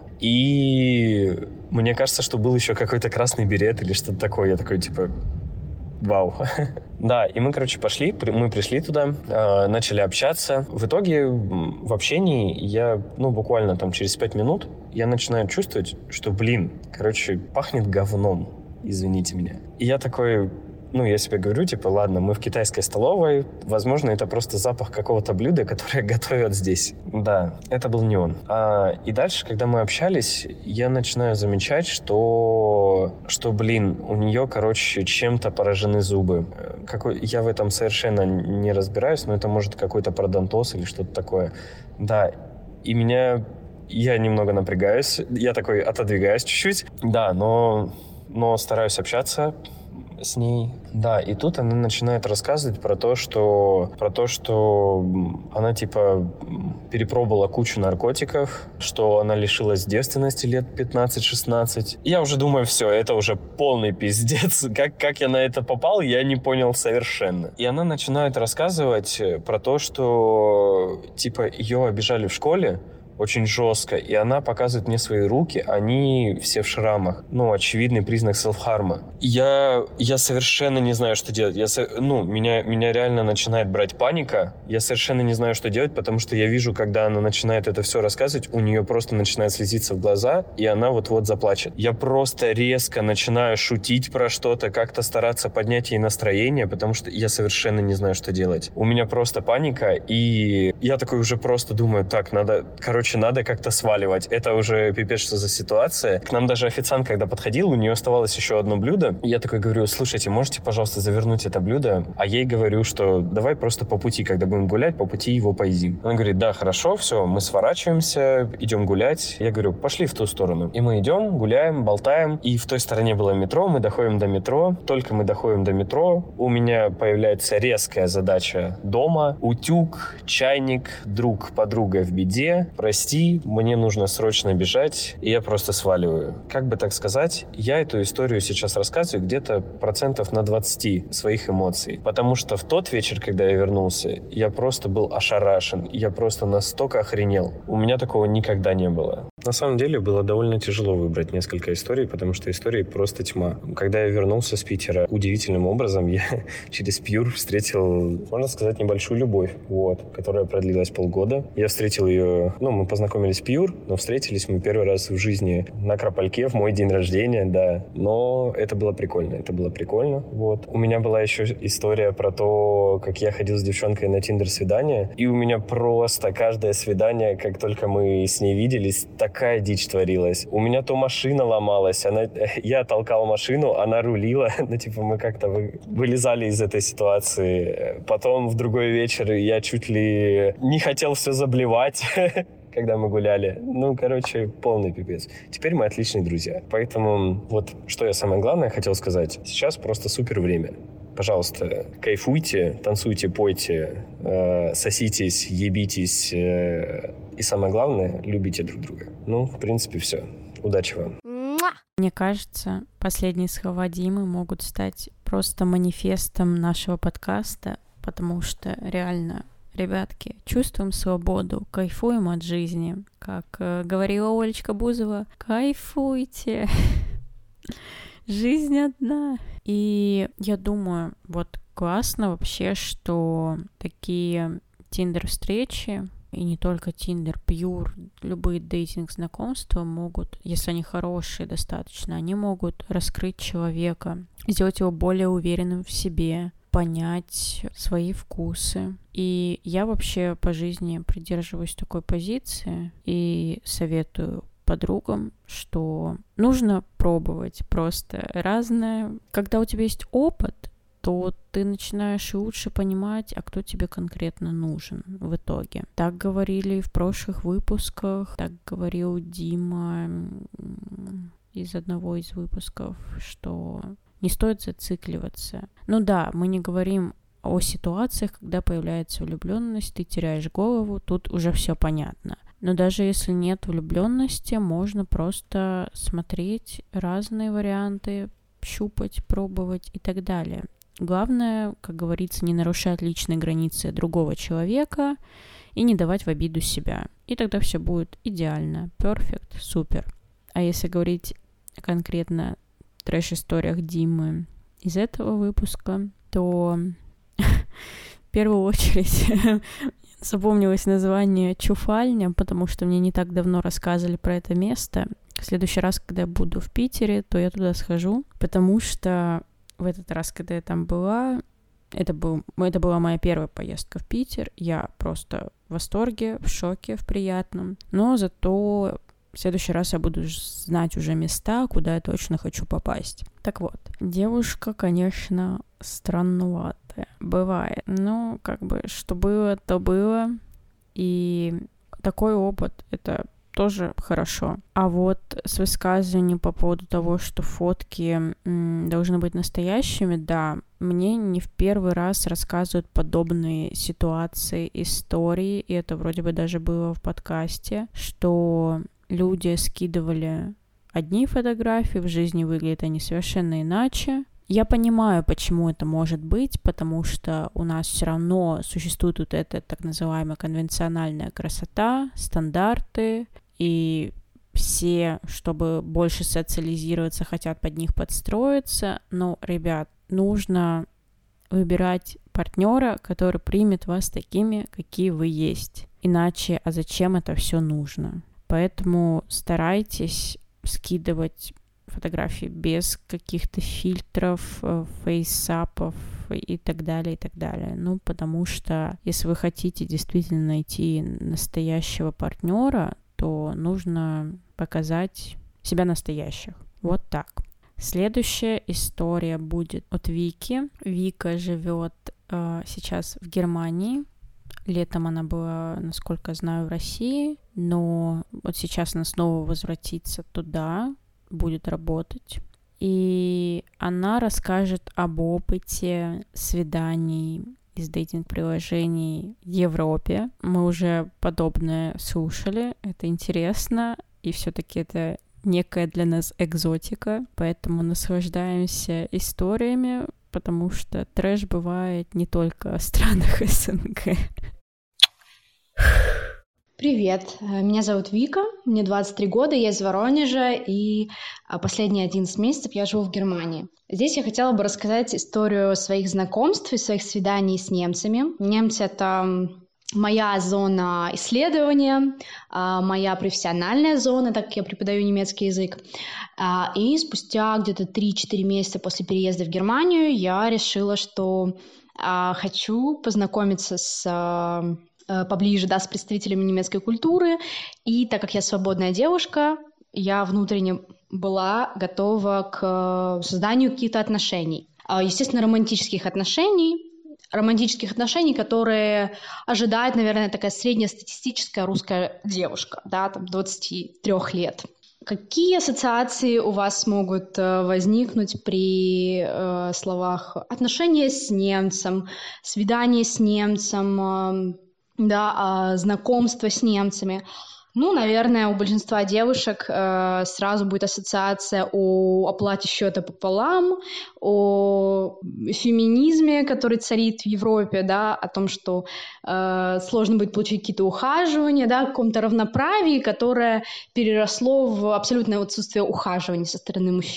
И мне кажется, что был еще какой-то красный берет или что-то такое. Я такой, вау. Да, и мы, пошли, мы пришли туда, начали общаться. В итоге в общении я, буквально там через 5 минут я начинаю чувствовать, что, пахнет говном, извините меня. И я такой, я себе говорю, ладно, мы в китайской столовой, возможно, это просто запах какого-то блюда, которое готовят здесь. Да, это был не он. И дальше, когда мы общались, я начинаю замечать, что у нее, чем-то поражены зубы. Я в этом совершенно не разбираюсь, но это может какой-то пародонтоз или что-то такое. Да, и я немного напрягаюсь, я такой отодвигаюсь чуть-чуть. Да, но стараюсь общаться с ней. Да, и тут она начинает рассказывать про то, что она перепробовала кучу наркотиков, что она лишилась девственности лет 15-16. Я уже думаю, все, это уже полный пиздец. Как я на это попал, я не понял совершенно. И она начинает рассказывать про то, что ее обижали в школе очень жестко, и она показывает мне свои руки, они все в шрамах. Очевидный признак селф-харма. Я совершенно не знаю, что делать. Меня реально начинает брать паника. Я совершенно не знаю, что делать, потому что я вижу, когда она начинает это все рассказывать, у нее просто начинает слезиться в глаза, и она вот-вот заплачет. Я просто резко начинаю шутить про что-то, как-то стараться поднять ей настроение, потому что я совершенно не знаю, что делать. У меня просто паника, и я такой уже просто думаю, надо как-то сваливать. Это уже пипец, что за ситуация. К нам даже официант, когда подходил, у нее оставалось еще одно блюдо. Я такой говорю, слушайте, можете, пожалуйста, завернуть это блюдо? А ей говорю, что давай просто по пути, когда будем гулять, по пути его поедим. Она говорит, да, хорошо, все, мы сворачиваемся, идем гулять. Я говорю, пошли в ту сторону. И мы идем, гуляем, болтаем. И в той стороне было метро, мы доходим до метро. Только мы доходим до метро, у меня появляется резкая задача дома. Утюг, чайник, друг, подруга в беде. Прости, мне нужно срочно бежать, и я просто сваливаю. Как бы так сказать, я эту историю сейчас рассказываю где-то 20% своих эмоций. Потому что в тот вечер, когда я вернулся, я просто был ошарашен. Я просто настолько охренел. У меня такого никогда не было. На самом деле было довольно тяжело выбрать несколько историй, потому что историй просто тьма. Когда я вернулся с Питера, удивительным образом я через Пьюр встретил, можно сказать, небольшую любовь, которая продлилась полгода. Я встретил ее, мы познакомились в Пьюр, но встретились мы первый раз в жизни на Кропальке в мой день рождения, да. Но это было прикольно, У меня была еще история про то, как я ходил с девчонкой на Тиндер-свидание, и у меня просто каждое свидание, как только мы с ней виделись, такая дичь творилась. У меня то машина ломалась, я толкал машину, она рулила, мы как-то вылезали из этой ситуации. Потом в другой вечер я чуть ли не хотел все заблевать, когда мы гуляли. Полный пипец. Теперь мы отличные друзья. Поэтому что я самое главное хотел сказать. Сейчас просто супер время. Пожалуйста, кайфуйте, танцуйте, пойте, соситесь, ебитесь. И самое главное, любите друг друга. В принципе, все. Удачи вам. Мне кажется, последние слова Димы могут стать просто манифестом нашего подкаста, потому что реально, ребятки, чувствуем свободу, кайфуем от жизни. Как говорила Олечка Бузова, кайфуйте. Жизнь одна. И я думаю, вот классно вообще, что такие Тиндер-встречи, и не только Тиндер, Пьюр, любые дейтинг-знакомства могут, если они хорошие достаточно, они могут раскрыть человека, сделать его более уверенным в себе, понять свои вкусы. И я вообще по жизни придерживаюсь такой позиции и советую подругам, что нужно пробовать просто разное. Когда у тебя есть опыт, то ты начинаешь лучше понимать, а кто тебе конкретно нужен в итоге. Так говорили в прошлых выпусках, так говорил Дима из одного из выпусков, что не стоит зацикливаться. Ну да, мы не говорим о ситуациях, когда появляется влюбленность, ты теряешь голову, тут уже все понятно. Но даже если нет влюбленности, можно просто смотреть разные варианты, щупать, пробовать и так далее. Главное, как говорится, не нарушать личные границы другого человека и не давать в обиду себя. И тогда все будет идеально, перфект, супер. А если говорить конкретно о трэш-историях Димы из этого выпуска, то в первую очередь запомнилось название «Чуфальня», потому что мне не так давно рассказывали про это место. В следующий раз, когда я буду в Питере, то я туда схожу, потому что в этот раз, когда я там была, это была моя первая поездка в Питер. Я просто в восторге, в шоке, в приятном. Но зато в следующий раз я буду знать уже места, куда я точно хочу попасть. Так вот, девушка, конечно, странноватая. Бывает. Ну, как бы, что было, то было. И такой опыт — это тоже хорошо. А вот с высказыванием по поводу того, что фотки должны быть настоящими, да, мне не в первый раз рассказывают подобные ситуации, истории, и это вроде бы даже было в подкасте, что люди скидывали одни фотографии, в жизни выглядят они совершенно иначе. Я понимаю, почему это может быть, потому что у нас все равно существует вот эта так называемая конвенциональная красота, стандарты, и все, чтобы больше социализироваться, хотят под них подстроиться. Но, ребят, нужно выбирать партнера, который примет вас такими, какие вы есть. Иначе, а зачем это все нужно? Поэтому старайтесь скидывать фотографии без каких-то фильтров, фейсапов и так далее, и так далее. Ну, потому что если вы хотите действительно найти настоящего партнера, то нужно показать себя настоящих. Вот так. Следующая история будет от Вики. Вика живет сейчас в Германии. Летом она была, насколько знаю, в России, но вот сейчас она снова возвратится туда, будет работать. И она расскажет об опыте свиданий из дейтинг-приложений в Европе. Мы уже подобное слушали, это интересно, и все-таки это некая для нас экзотика, поэтому наслаждаемся историями, потому что трэш бывает не только в странах СНГ. Привет, меня зовут Вика, мне 23 года, я из Воронежа, и последние 11 месяцев я живу в Германии. Здесь я хотела бы рассказать историю своих знакомств и своих свиданий с немцами. Немцы — это моя зона исследования, моя профессиональная зона, так как я преподаю немецкий язык. И спустя где-то 3-4 месяца после переезда в Германию я решила, что хочу познакомиться поближе, да, с представителями немецкой культуры. И так как я свободная девушка, я внутренне была готова к созданию каких-то отношений. Естественно, романтических отношений, которые ожидает, наверное, такая среднестатистическая русская девушка, да, там, 23 лет. Какие ассоциации у вас могут возникнуть при словах «отношения с немцем», «свидание с немцем», да, знакомство с немцами? Ну, наверное, у большинства девушек сразу будет ассоциация о оплате счета пополам, о феминизме, который царит в Европе, да, о том, что сложно будет получить какие-то ухаживания, да, о каком-то равноправии, которое переросло в абсолютное отсутствие ухаживаний со стороны мужчины.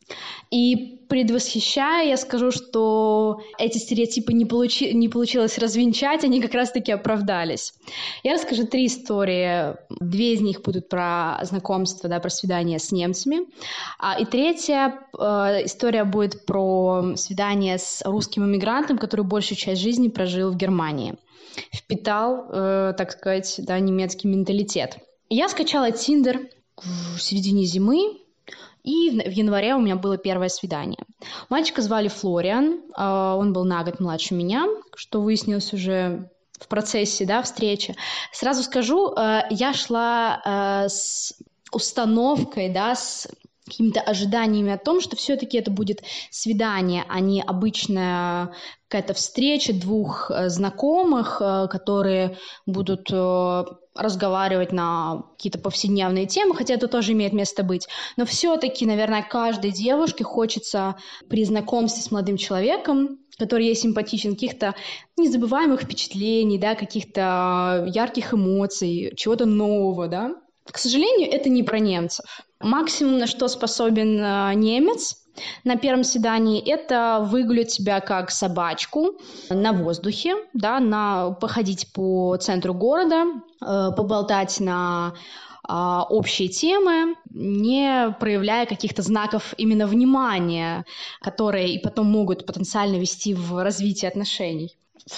И предвосхищая, я скажу, что эти стереотипы не получилось развенчать, они как раз-таки оправдались. Я расскажу 3 истории. 2 из них будут про знакомство, да, про свидание с немцами. И 3-я история будет про свидание с русским иммигрантом, который большую часть жизни прожил в Германии. Впитал, так сказать, да, немецкий менталитет. Я скачала Tinder в середине зимы, и в январе у меня было первое свидание. Мальчика звали Флориан, он был на год младше меня, что выяснилось уже в процессе, да, встречи. Сразу скажу, я шла с установкой, да, с какими-то ожиданиями о том, что все-таки это будет свидание, а не обычная какая-то встреча 2 знакомых, которые будут разговаривать на какие-то повседневные темы, хотя это тоже имеет место быть. Но все-таки, наверное, каждой девушке хочется при знакомстве с молодым человеком, который ей симпатичен, каких-то незабываемых впечатлений, да, каких-то ярких эмоций, чего-то нового, да. К сожалению, это не про немцев. Максимум, на что способен немец на первом свидании, это выгулять себя как собачку на воздухе, да, походить по центру города, поболтать на общие темы, не проявляя каких-то знаков именно внимания, которые и потом могут потенциально вести в развитие отношений.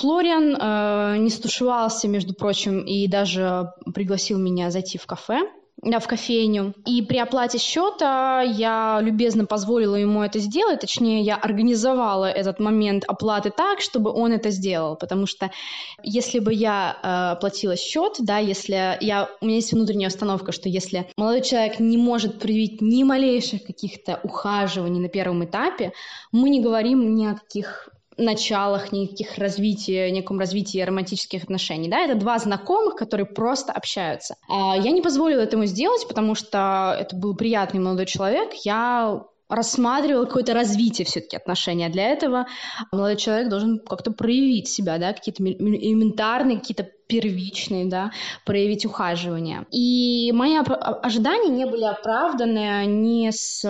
Флориан не стушевался, между прочим, и даже пригласил меня зайти в кафе, в кофейню. И при оплате счета я любезно позволила ему это сделать, точнее, я организовала этот момент оплаты так, чтобы он это сделал, потому что если бы я оплатила счет, да, у меня есть внутренняя установка, что если молодой человек не может проявить ни малейших каких-то ухаживаний на первом этапе, мы не говорим ни о каких началах, никаком развитии романтических отношений. Да? Это 2 знакомых, которые просто общаются. Я не позволила этому сделать, потому что это был приятный молодой человек. Я рассматривала какое-то развитие все-таки отношений. А для этого молодой человек должен как-то проявить себя, да? Какие-то элементарные, какие-то первичные, да? Проявить ухаживание. И мои ожидания не были оправданы ни с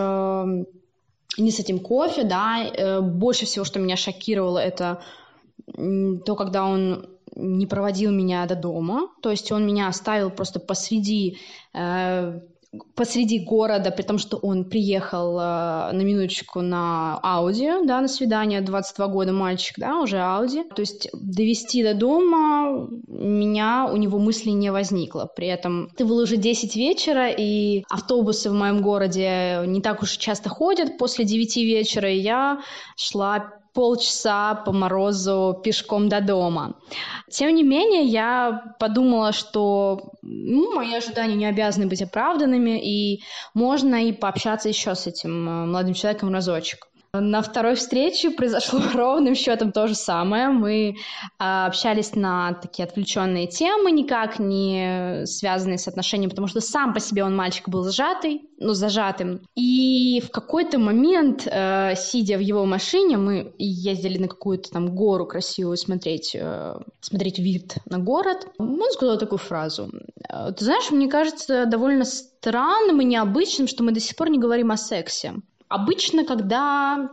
этим кофе, да, больше всего, что меня шокировало, это то, когда он не проводил меня до дома, то есть он меня оставил просто посреди города, при том, что он приехал на минуточку на Ауди, да, на свидание, 22 года мальчик, да, уже Ауди. То есть довести до дома у него мысли не возникло. При этом это было уже 10 вечера, и автобусы в моем городе не так уж часто ходят после 9 вечера, и я шла полчаса по морозу пешком до дома. Тем не менее, я подумала, что мои ожидания не обязаны быть оправданными, и можно и пообщаться еще с этим молодым человеком разочек. На второй встрече произошло ровным счетом то же самое. Мы общались на такие отвлеченные темы, никак не связанные с отношением, потому что сам по себе мальчик был зажатым. И в какой-то момент, сидя в его машине, мы ездили на какую-то там гору красивую смотреть вид на город. Он сказал такую фразу: «Ты знаешь, мне кажется довольно странным и необычным, что мы до сих пор не говорим о сексе. Обычно, когда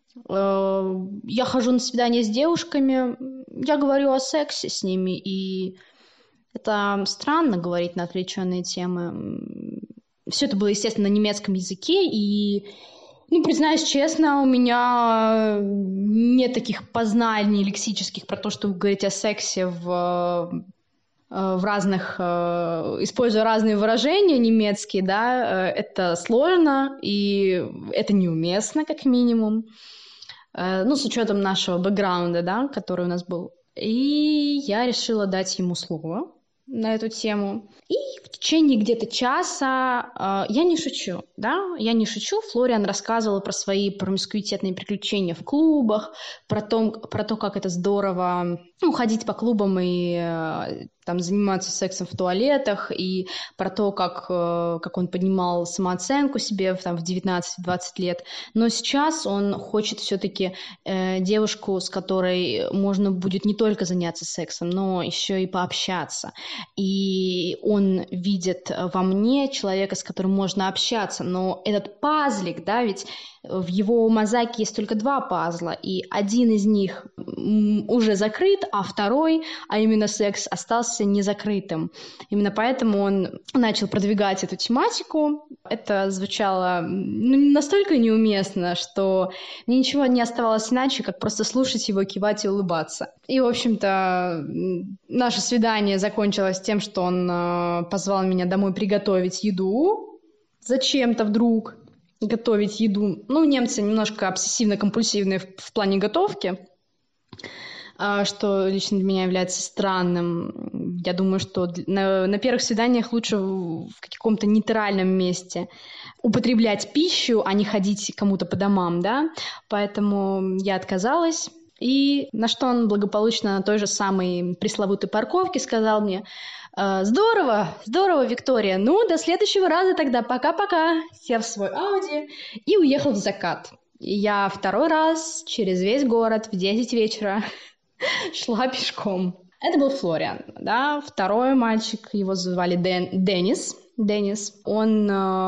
я хожу на свидание с девушками, я говорю о сексе с ними, и это странно говорить на отвлеченные темы». Все это было, естественно, на немецком языке, и, признаюсь честно, у меня нет таких познаний лексических про то, чтобы говорить о сексе в разных, используя разные выражения немецкие, да, это сложно, и это неуместно, как минимум, с учетом нашего бэкграунда, да, который у нас был. И я решила дать ему слово на эту тему. И в течение где-то часа, я не шучу, Флориан рассказывал про свои промискуитетные приключения в клубах, про то, как это здорово ходить по клубам и там заниматься сексом в туалетах, и про то, как он поднимал самооценку себе в 19-20 лет. Но сейчас он хочет все-таки девушку, с которой можно будет не только заняться сексом, но еще и пообщаться. И он видит во мне человека, с которым можно общаться. Но этот пазлик, да, ведь в его мозаике есть только 2 пазла, и один из них уже закрыт, а второй, а именно секс, остался незакрытым. Именно поэтому он начал продвигать эту тематику. Это звучало настолько неуместно, что мне ничего не оставалось иначе, как просто слушать его, кивать и улыбаться. И, в общем-то, наше свидание закончилось тем, что он позвал меня домой приготовить еду. Зачем-то вдруг готовить еду. Немцы немножко обсессивно-компульсивные в плане готовки, что лично для меня является странным. Я думаю, что на первых свиданиях лучше в каком-то нейтральном месте употреблять пищу, а не ходить кому-то по домам, да. Поэтому я отказалась. И на что он благополучно на той же самой пресловутой парковке сказал мне: «Здорово, здорово, Виктория, до следующего раза тогда, пока-пока», сев в свой Ауди и уехал в закат. И я второй раз через весь город в 10 вечера шла пешком. Это был Флориан, да, второй мальчик, его звали Деннис. Он,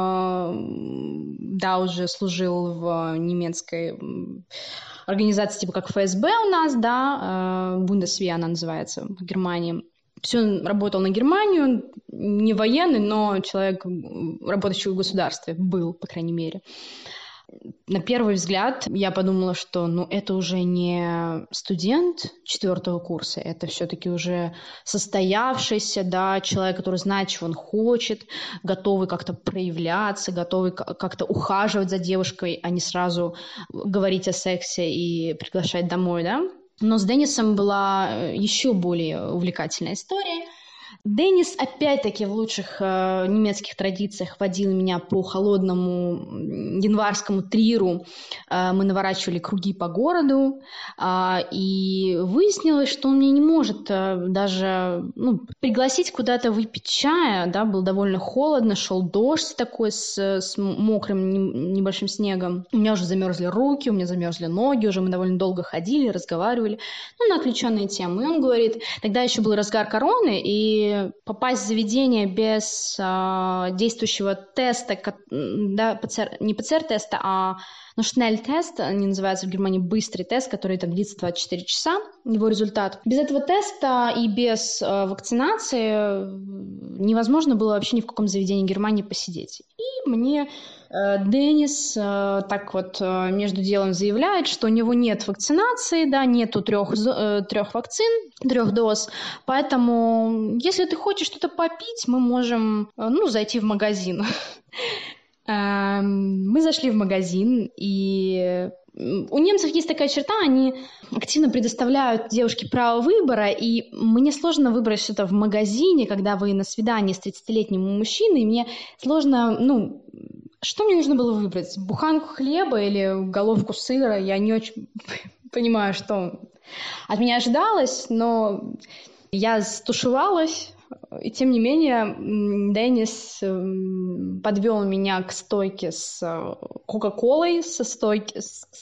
уже служил в немецкой организации, типа как ФСБ у нас, да, Бундесвер она называется в Германии. Все, он работал на Германию, не военный, но человек, работающий в государстве, был, по крайней мере. На первый взгляд я подумала, что это уже не студент 4-го курса, это все-таки уже состоявшийся, да, человек, который знает, чего он хочет, готовый как-то проявляться, готовый как-то ухаживать за девушкой, а не сразу говорить о сексе и приглашать домой, да. Но с Деннисом была еще более увлекательная история. Деннис, опять-таки, в лучших немецких традициях водил меня по холодному январскому Триру. Мы наворачивали круги по городу, и выяснилось, что он меня не может даже пригласить куда-то выпить чая. Да, было довольно холодно, шел дождь такой с мокрым небольшим снегом. У меня уже замерзли руки, у меня замерзли ноги, уже мы довольно долго ходили, разговаривали, на отвлеченные темы. И он говорит, тогда еще был разгар короны, и попасть в заведение без действующего теста, да, не ПЦР-теста, а Шнель-тест, они называются в Германии быстрый тест, который там длится 24 часа, его результат. Без этого теста и без вакцинации невозможно было вообще ни в каком заведении Германии посидеть. И мне Деннис так вот между делом заявляет, что у него нет вакцинации, да, нету 3 вакцин, 3 доз, поэтому если ты хочешь что-то попить, мы можем, зайти в магазин. Мы зашли в магазин, и у немцев есть такая черта, они активно предоставляют девушке право выбора, и мне сложно выбрать что-то в магазине, когда вы на свидании с 30-летним мужчиной, и мне сложно, что мне нужно было выбрать? Буханку хлеба или головку сыра? Я не очень понимаю, что от меня ожидалось, но я стушевалась. И тем не менее, Деннис подвел меня к стойке с Кока-Колой, к стойке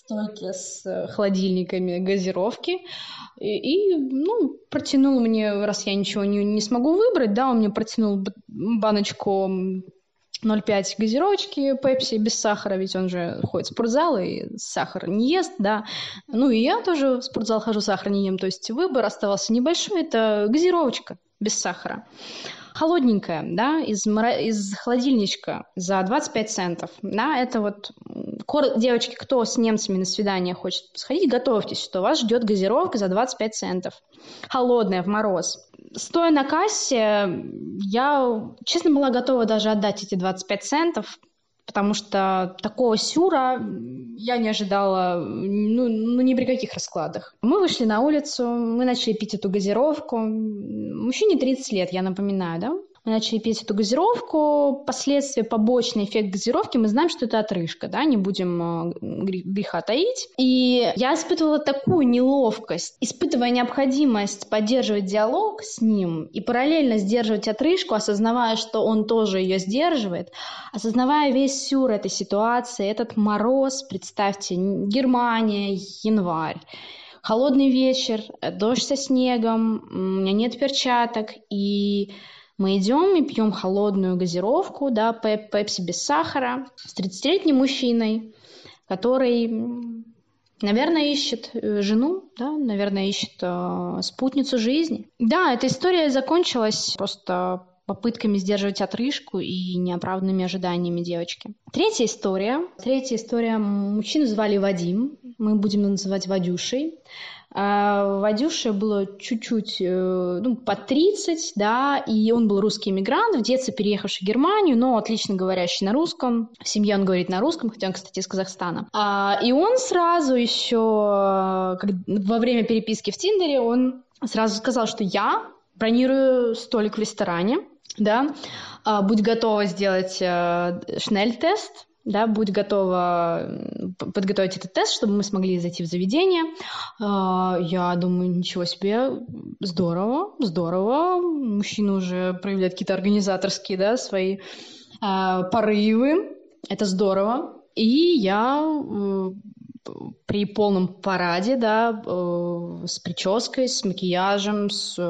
с холодильниками газировки. И протянул мне, раз я ничего не смогу выбрать, да, он мне протянул баночку 0,5 газировочки, пепси без сахара, ведь он же ходит в спортзал и сахар не ест, да. И я тоже в спортзал хожу, сахар не ем, то есть выбор оставался небольшой, это газировочка без сахара. Холодненькая, да, из холодильничка за 25 центов, да, это вот, девочки, кто с немцами на свидание хочет сходить, готовьтесь, что вас ждет газировка за 25 центов, холодная, в мороз. Стоя на кассе, я, честно, была готова даже отдать эти 25 центов, потому что такого сюра я не ожидала, ни при каких раскладах. Мы вышли на улицу, мы начали пить эту газировку. Мужчине 30 лет, я напоминаю, да? Мы начали пить эту газировку. Последствия, побочный эффект газировки, мы знаем, что это отрыжка, да, не будем греха таить. И я испытывала такую неловкость, испытывая необходимость поддерживать диалог с ним и параллельно сдерживать отрыжку, осознавая, что он тоже ее сдерживает, осознавая весь сюр этой ситуации, этот мороз, представьте, Германия, январь. Холодный вечер, дождь со снегом, у меня нет перчаток, и мы идем и пьем холодную газировку, да, пепси без сахара, с 30-летним мужчиной. который, наверное, ищет жену, да, наверное, ищет спутницу жизни. Да, эта история закончилась просто попытками сдерживать отрыжку и неоправданными ожиданиями девочки. Третья история. Мужчину звали Вадим. Мы будем его называть Вадюшей. Вадюше было чуть-чуть, под 30, да, и он был русский иммигрант, в детстве переехавший в Германию, но отлично говорящий на русском. В семье он говорит на русском, хотя он, кстати, из Казахстана. И он сразу еще, во время переписки в Тиндере, он сразу сказал, что я бронирую столик в ресторане, да, будь готова сделать шнель-тест, да, будь готова подготовить этот тест, чтобы мы смогли зайти в заведение. Я думаю, ничего себе, здорово. Мужчина уже проявляет какие-то организаторские, да, свои порывы. Это здорово. И я при полном параде, да, с прической, с макияжем,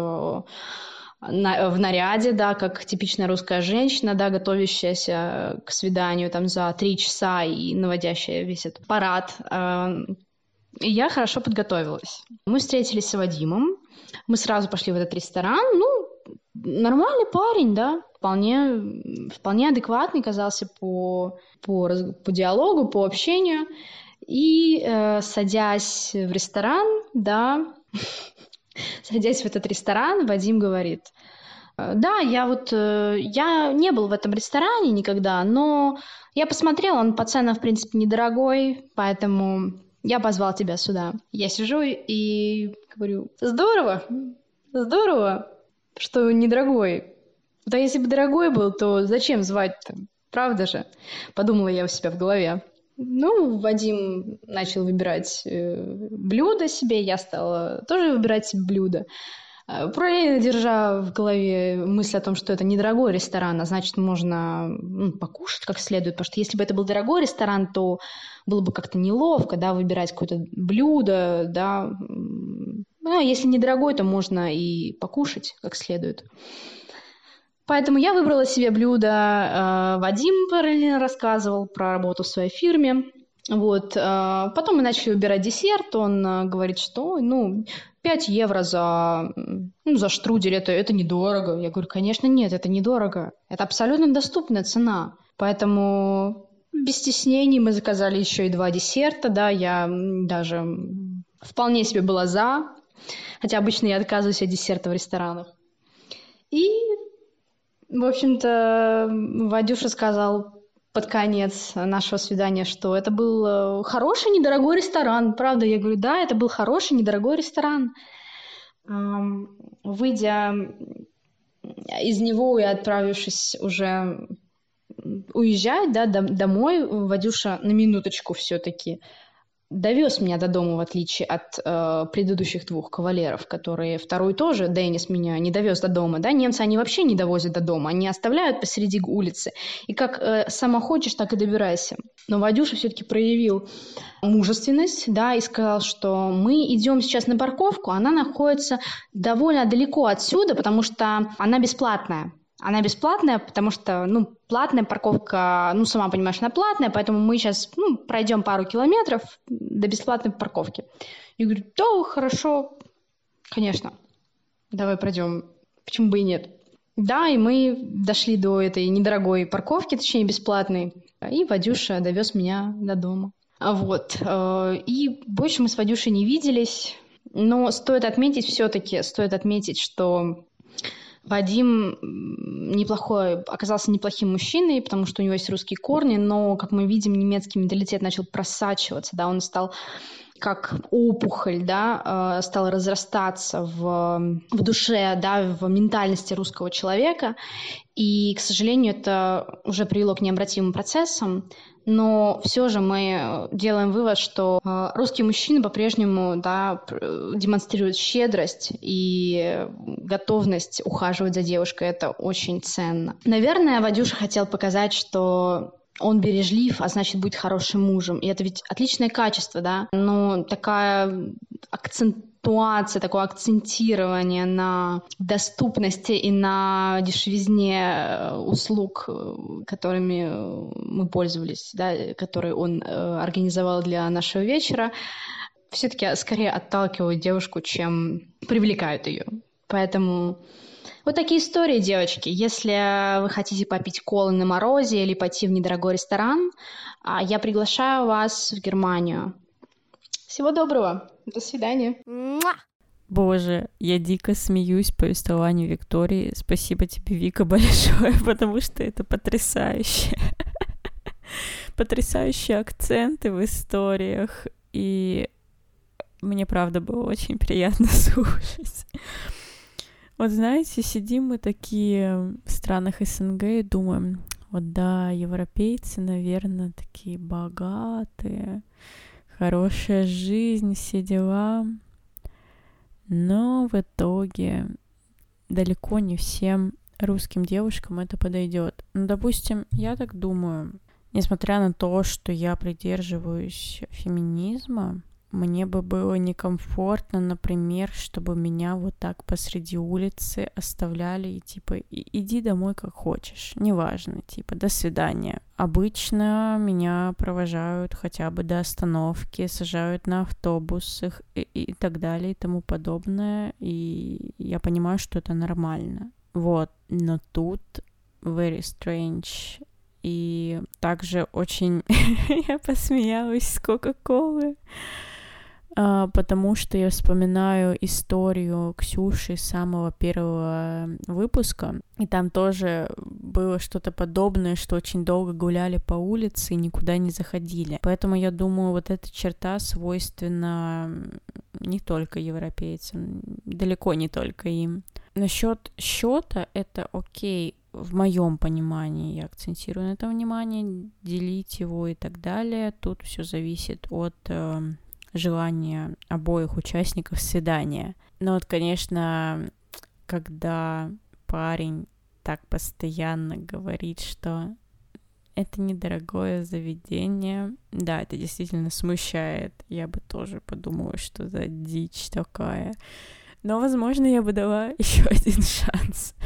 в наряде, да, как типичная русская женщина, да, готовящаяся к свиданию там за 3 часа и наводящая весь этот парад. И я хорошо подготовилась. Мы встретились с Вадимом, мы сразу пошли в этот ресторан. Нормальный парень, да, вполне адекватный казался по диалогу, по общению. И садясь в ресторан, да, садясь в этот ресторан, Вадим говорит: да, я не был в этом ресторане никогда, но я посмотрел, он по ценам, в принципе, недорогой, поэтому я позвал тебя сюда. Я сижу и говорю: здорово, что недорогой. Да если бы дорогой был, то зачем звать-то? Правда же? Подумала я у себя в голове. Вадим начал выбирать блюдо себе, я стала тоже выбирать себе блюдо. Параллельно держа в голове мысль о том, что это недорогой ресторан, а значит, можно покушать как следует. Потому что если бы это был дорогой ресторан, то было бы как-то неловко, да, выбирать какое-то блюдо, да. А если недорогой, то можно и покушать как следует. Поэтому я выбрала себе блюдо. Вадим параллельно рассказывал про работу в своей фирме. Потом мы начали выбирать десерт. Он говорит, что 5 евро за штрудель это недорого. Я говорю: конечно, нет, это недорого. Это абсолютно доступная цена. Поэтому без стеснений мы заказали еще и 2 десерта. Да, я даже вполне себе была за. Хотя обычно я отказываюсь от десерта в ресторанах. И в общем-то, Вадюша сказал под конец нашего свидания, что это был хороший, недорогой ресторан. Правда, я говорю: да, это был хороший, недорогой ресторан. Выйдя из него и отправившись уже уезжать, да, домой, Вадюша на минуточку все-таки довез меня до дома, в отличие от предыдущих 2 кавалеров, которые второй тоже, Денис, меня не довез до дома. Да? Немцы, они вообще не довозят до дома, они оставляют посреди улицы. И как сама хочешь, так и добирайся. Но Вадюша все-таки проявил мужественность, да, и сказал, что мы идем сейчас на парковку, она находится довольно далеко отсюда, потому что она бесплатная. Она бесплатная, потому что, платная парковка, сама понимаешь, она платная, поэтому мы сейчас, пройдем пару километров до бесплатной парковки. Я говорю: да, хорошо, конечно, давай пройдем, почему бы и нет. Да, и мы дошли до этой недорогой парковки, точнее, бесплатной, и Вадюша довез меня до дома. И больше мы с Вадюшей не виделись, но стоит отметить, что Вадим оказался неплохим мужчиной, потому что у него есть русские корни, но, как мы видим, немецкий менталитет начал просачиваться, да, он стал как опухоль, да, стал разрастаться в душе, да, в ментальности русского человека, и, к сожалению, это уже привело к необратимым процессам. Но все же мы делаем вывод, что русские мужчины по-прежнему, да, демонстрируют щедрость и готовность ухаживать за девушкой. Это очень ценно. Наверное, Вадюша хотел показать, что он бережлив, а значит, будет хорошим мужем. И это ведь отличное качество, да? Но такая пунктуация, такое акцентирование на доступности и на дешевизне услуг, которыми мы пользовались, да, которые он организовал для нашего вечера, все-таки скорее отталкивают девушку, чем привлекают ее. Поэтому вот такие истории, девочки. Если вы хотите попить колы на морозе или пойти в недорогой ресторан, я приглашаю вас в Германию. Всего доброго. До свидания. Боже, я дико смеюсь повествованию Виктории. Спасибо тебе, Вика, большое, потому что это потрясающе. Потрясающие акценты в историях. И мне, правда, было очень приятно слушать. Вот знаете, сидим мы такие в странах СНГ и думаем, вот да, европейцы, наверное, такие богатые, хорошая жизнь, все дела. Но в итоге далеко не всем русским девушкам это подойдет. Ну, допустим, я так думаю, несмотря на то, что я придерживаюсь феминизма, мне бы было некомфортно, например, чтобы меня вот так посреди улицы оставляли и типа иди домой как хочешь, неважно, типа до свидания. Обычно меня провожают хотя бы до остановки, сажают на автобусах и так далее и тому подобное, и я понимаю, что это нормально. Вот, но тут very strange. И также очень я посмеялась с Кока-Колы, потому что я вспоминаю историю Ксюши с самого первого выпуска, и там тоже было что-то подобное, что очень долго гуляли по улице и никуда не заходили. Поэтому я думаю, вот эта черта свойственна не только европейцам, далеко не только им. Насчет счета это окей, в моем понимании, я акцентирую на это внимание, делить его и так далее. Тут все зависит от желания обоих участников свидания. Но вот, конечно, когда парень так постоянно говорит, что это недорогое заведение, да, это действительно смущает. Я бы тоже подумала, что за дичь такая. Но, возможно, я бы дала еще один шанс.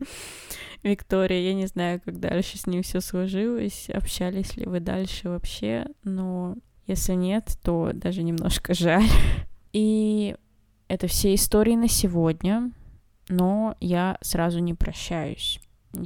Виктория, я не знаю, как дальше с ним все сложилось, общались ли вы дальше вообще, но если нет, то даже немножко жаль. И это все истории на сегодня, но я сразу не прощаюсь.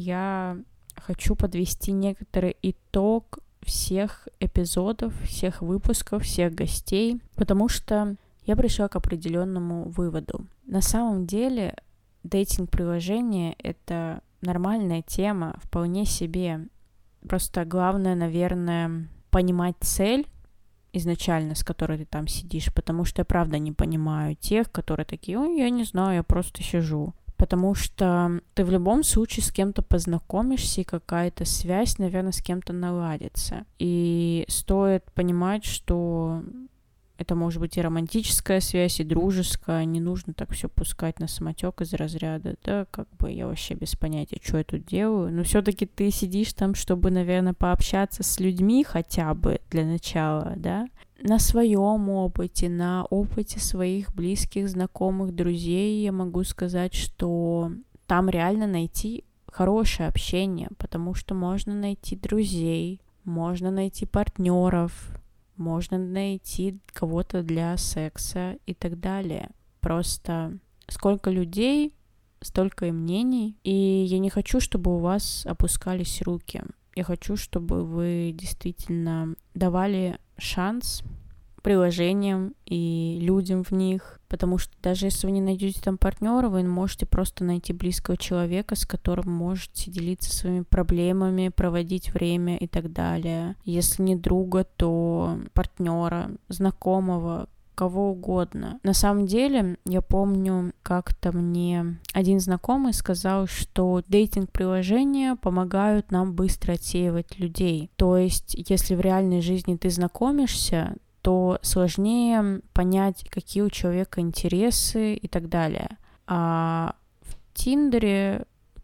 Я хочу подвести некоторый итог всех эпизодов, всех выпусков, всех гостей, потому что я пришла к определенному выводу. На самом деле, дейтинг-приложение — это нормальная тема, вполне себе. Просто главное, наверное, понимать цель изначально, с которой ты там сидишь, потому что я правда не понимаю тех, которые такие: ой, я не знаю, я просто сижу. Потому что ты в любом случае с кем-то познакомишься, и какая-то связь, наверное, с кем-то наладится. И стоит понимать, что это может быть и романтическая связь, и дружеская. Не нужно так все пускать на самотек из разряда. Да, как бы я вообще без понятия, что я тут делаю. Но все-таки ты сидишь там, чтобы, наверное, пообщаться с людьми хотя бы для начала, да. На своем опыте, на опыте своих близких, знакомых, друзей я могу сказать, что там реально найти хорошее общение, потому что можно найти друзей, можно найти партнеров, можно найти кого-то для секса и так далее. Просто сколько людей, столько и мнений. И я не хочу, чтобы у вас опускались руки. Я хочу, чтобы вы действительно давали шанс приложениям и людям в них, потому что даже если вы не найдете там партнера, вы можете просто найти близкого человека, с которым можете делиться своими проблемами, проводить время и так далее. Если не друга, то партнера, знакомого, кого угодно. На самом деле, я помню, как-то мне один знакомый сказал, что дейтинг-приложения помогают нам быстро отсеивать людей. То есть, если в реальной жизни ты знакомишься, то сложнее понять, какие у человека интересы и так далее. А в Тиндере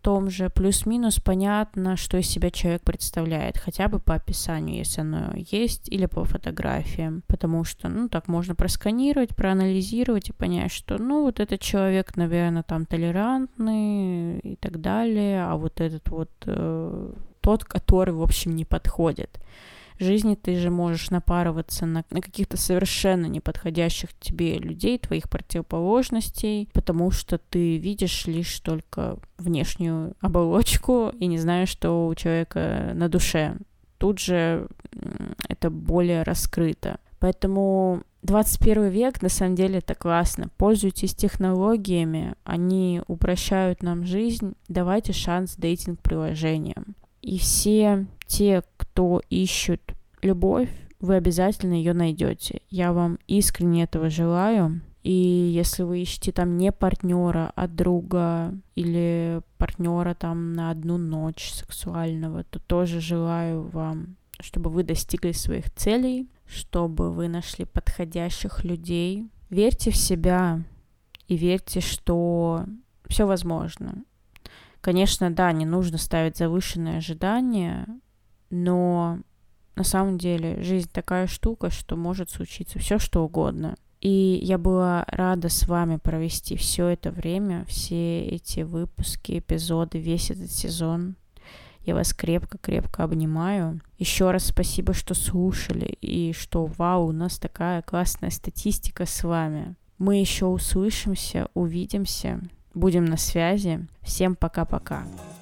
том же, плюс-минус понятно, что из себя человек представляет, хотя бы по описанию, если оно есть, или по фотографиям, потому что, так можно просканировать, проанализировать и понять, что, вот этот человек, наверное, там толерантный и так далее, а вот этот вот тот, который, в общем, не подходит. В жизни ты же можешь напарываться на каких-то совершенно неподходящих тебе людей, твоих противоположностей, потому что ты видишь лишь только внешнюю оболочку и не знаешь, что у человека на душе. Тут же это более раскрыто. Поэтому 21 век, на самом деле, это классно. Пользуйтесь технологиями, они упрощают нам жизнь. Давайте шанс дейтинг-приложениям. И все те, кто ищут любовь, вы обязательно ее найдете. Я вам искренне этого желаю. И если вы ищете там не партнера, а друга или партнера там на одну ночь сексуального, то тоже желаю вам, чтобы вы достигли своих целей, чтобы вы нашли подходящих людей. Верьте в себя и верьте, что все возможно. Конечно, да, не нужно ставить завышенные ожидания, но на самом деле жизнь такая штука, что может случиться все, что угодно. И я была рада с вами провести все это время, все эти выпуски, эпизоды, весь этот сезон. Я вас крепко-крепко обнимаю. Еще раз спасибо, что слушали, и что, вау, у нас такая классная статистика с вами. Мы еще услышимся, увидимся. Будем на связи. Всем пока-пока.